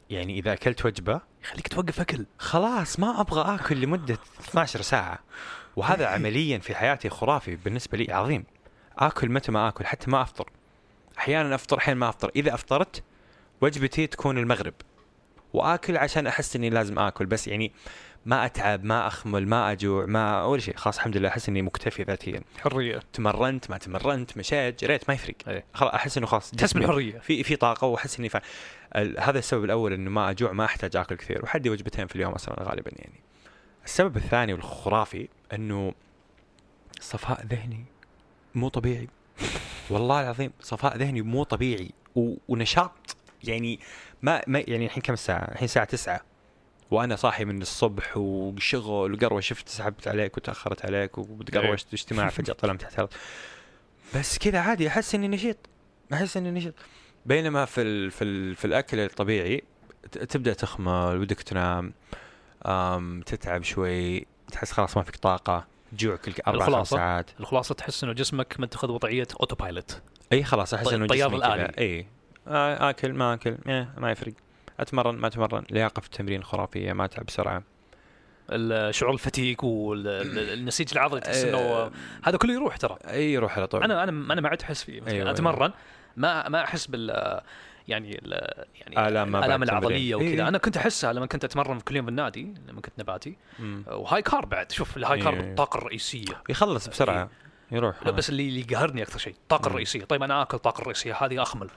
B: يعني اذا اكلت وجبه
C: يخليك توقف اكل،
B: خلاص ما ابغى اكل لمده 12 ساعه. وهذا عمليا في حياتي خرافي بالنسبه لي، عظيم. اكل متى ما اكل، حتى ما افطر. احيانا افطر احيانا ما افطر. اذا افطرت وجبتي تكون المغرب، واكل عشان احس اني لازم اكل، بس يعني ما اتعب، ما اخمل، ما اجوع، ما اول شيء. خلاص الحمد لله احس اني مكتفي ذاتيا.
C: حريه،
B: تمرنت ما تمرنت، مشيت جريت، ما يفرق. خلاص احس انه خلاص
C: تحس بالحريه،
B: في طاقه، واحس اني هذا السبب الاول، انه ما اجوع، ما احتاج اكل كثير، وحدي وجبتين في اليوم اصلا غالبا يعني. السبب الثاني والخرافي انه صفاء ذهني مو طبيعي. والله العظيم صفاء ذهني مو طبيعي ونشاط. يعني ما يعني الحين كم الساعه؟ الحين الساعه 9 وانا صاحي من الصبح وشغل وقروه، شفت سحبت عليك وتاخرت عليك وبتقروشت اجتماع فجاه طلع من تحت الارض، بس كذا عادي احس اني نشيط. بينما في الاكل الطبيعي تبدا تخمل، ودك تنام، تتعب شوي، تحس خلاص ما فيك طاقه، تجوع كل 4-5 ساعات.
C: الخلاصه تحس انه جسمك متخذ وضعيه اوتو بايلوت.
B: اي خلاص احس انه
C: الطيار
B: جسمي
C: الآلي.
B: كذا. اي اكل ما اكل ما يفرق. اتمرن ما اتمرن، لياقه في التمرين خرافيه، ما اتعب بسرعه.
C: الشعور الفتيك والنسيج العضلي تحس انه هذا كله يروح ترى.
B: اي يروح على طول.
C: انا ما عاد احس فيه.
B: أيوة
C: اتمرن ما احس بال يعني الالام العضليه وكذا.
B: إيه.
C: انا كنت احسها لما كنت اتمرن كل يوم بالنادي لما كنت نباتي. وهاي كارب بعد. شوف الهاي كارب الطاقه الرئيسيه
B: يخلص بسرعه يروح.
C: لا بس اللي يقهرني اكثر شيء الطاقه الرئيسيه. طيب انا اكل الطاقه الرئيسيه هذه اخمل.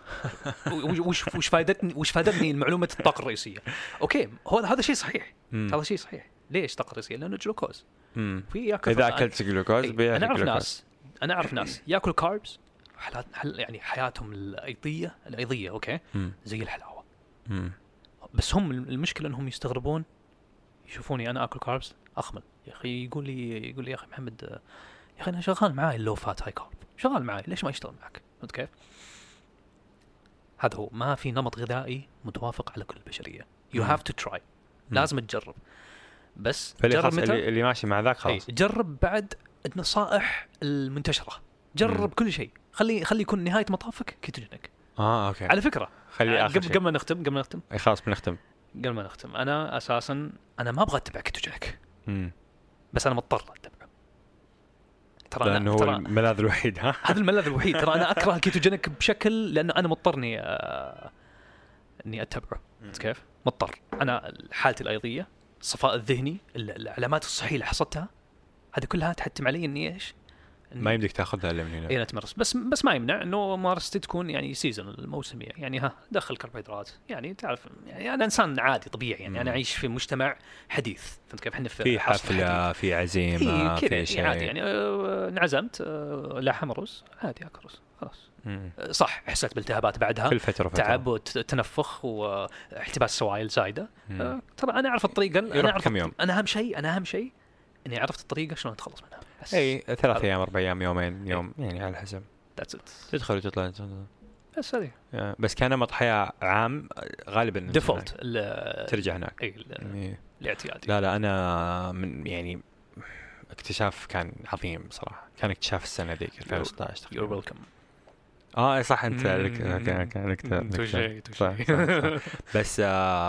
C: وش فائدتني معلومه الطاقه الرئيسيه؟ اوكي هذا شيء صحيح. هذا شيء صحيح. ليش طاقه رئيسيه؟ لانه جلوكوز.
B: اذا اكلت جلوكوز
C: انا اعرف ناس ياكل كاربز يعني حياتهم الايضيه اوكي زي الحلاوه. بس هم المشكله انهم يستغربون يشوفوني انا اكل كاربز اخمل. يا اخي يقول لي يا اخي محمد يا اخي انا شغال معاي اللو فات هاي كارب، شغال معاي، ليش ما يشتغل معك؟ فهمت كيف؟ هذا هو. ما في نمط غذائي متوافق على كل البشريه. you have to try. لازم تجرب. بس
B: جرب اللي ماشي مع ذاك خلاص.
C: جرب بعد النصائح المنتشره. جرب كل شيء. خلي يكون نهايه مطافك كيتوجينيك.
B: اوكي.
C: على فكره
B: خلي
C: قبل ما نختم
B: اي خلاص بنختم.
C: قبل ما نختم انا اساسا ما ابغى اتبع كيتوجينيك. بس انا مضطر اتبعه. ترى
B: لانه هو الملاذ الوحيد.
C: هذا الملاذ الوحيد. ترى انا اكره الكيتوجينيك بشكل لانه انا مضطرني اني اتبعه. كيف مضطر؟ انا حالتي الايضيه، الصفاء الذهني، العلامات الصحيه اللي حصلتها هذه كلها تحتم علي اني ايش
B: ما يمديك تاخذها الا من هنا.
C: انا اتمرس بس ما يمنع انه ممارستي تكون يعني سيزون الموسميه. يعني دخل كربوهيدرات، يعني تعرف يعني انا انسان عادي طبيعي. يعني انا اعيش في مجتمع حديث. فهمت كيف؟ احنا في
B: حفله، في عزيمه، في شيء
C: عادي. يعني انعزمت لحم رز عادي اكل رز خلاص. صح احسست بالتهابات بعدها
B: كل فترة.
C: تعب وتنفخ واحتباس سوائل زايده. ترى انا اعرف الطريقه. انا اهم شيء اني عرفت الطريقه شلون اتخلص منها.
B: اي 3 ايام 4 ايام يومين يوم يعني على حسب. تدخل وتطلع
C: بس هذه.
B: بس كان نمط حياه عام غالبا
C: ديفولت
B: ترجع هناك.
C: الاعتيادي.
B: لا انا من يعني اكتشاف كان عظيم صراحه. كان اكتشاف السنه ذيك 2016
C: تقريبا. يور ويلكم.
B: صح انت لك صح. بس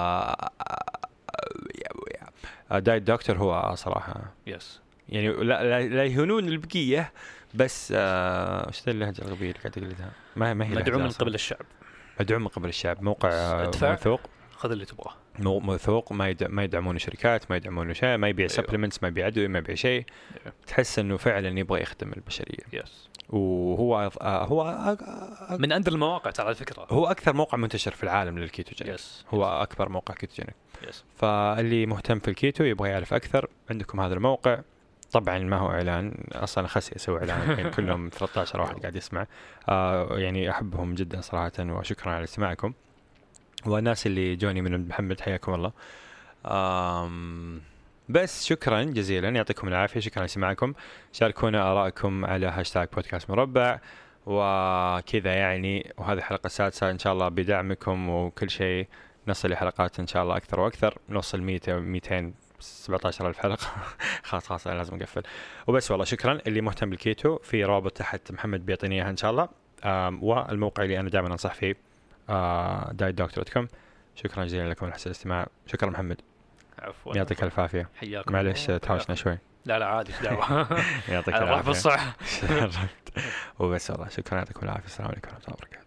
B: دايت دكتور هو صراحه
C: يس
B: يعني لا يهونون البقيه. بس وش اللهجه الغبيه اللي قاعد تقلدها؟ ما هي
C: مدعوم من قبل الشعب.
B: مدعوم من قبل الشعب. موقع موثوق.
C: خذ اللي تبغاه.
B: موثوق. ما يدعمون شركات، ما يدعمون شيء، ما يبيع سبلمنتس، ما يبيع ادويه، ما يبيع شيء. تحس انه فعلا يبغى يخدم البشريه.
C: يس.
B: وهو
C: من أندر المواقع ترى الفكرة.
B: هو أكثر موقع منتشر في العالم للكيتوجينيك. هو أكبر موقع كيتوجينيك. فاللي مهتم في الكيتو يبغى يعرف أكثر عندكم هذا الموقع. طبعا ما هو إعلان أصلا، خسي أسوي إعلان الحين كلهم 13 واحد قاعد يسمع. يعني أحبهم جدا صراحة وشكرا على استماعكم. والناس اللي جوني من محمد حياكم الله. بس شكرا جزيلا يعطيكم العافية. شكرا لسماعكم. شاركونا آرائكم على هاشتاج بودكاست مربع وكذا يعني. وهذه الحلقة السادسة إن شاء الله بدعمكم وكل شيء نصل لحلقات إن شاء الله أكثر وأكثر. نوصل 217,000 حلقة. خلاص أنا لازم أقفل. وبس والله شكرا. اللي مهتم بالكيتو في رابط تحت محمد بيعطيني إياها إن شاء الله. والموقع اللي أنا دائما أنصح فيه dietdoctor.com. شكرا جزيلا لكم على حسن الاستماع. شكرا محمد.
C: عفوا.
B: يعطيك الف عافيه.
C: حياكم.
B: معليش تهاوشنا شوي.
C: لا عادي دعوه.
B: يعطيك العافيه.
C: راح بالصح.
B: وبس والله شكرا، يعطيكم العافيه. السلام عليكم ورحمه الله وبركاته.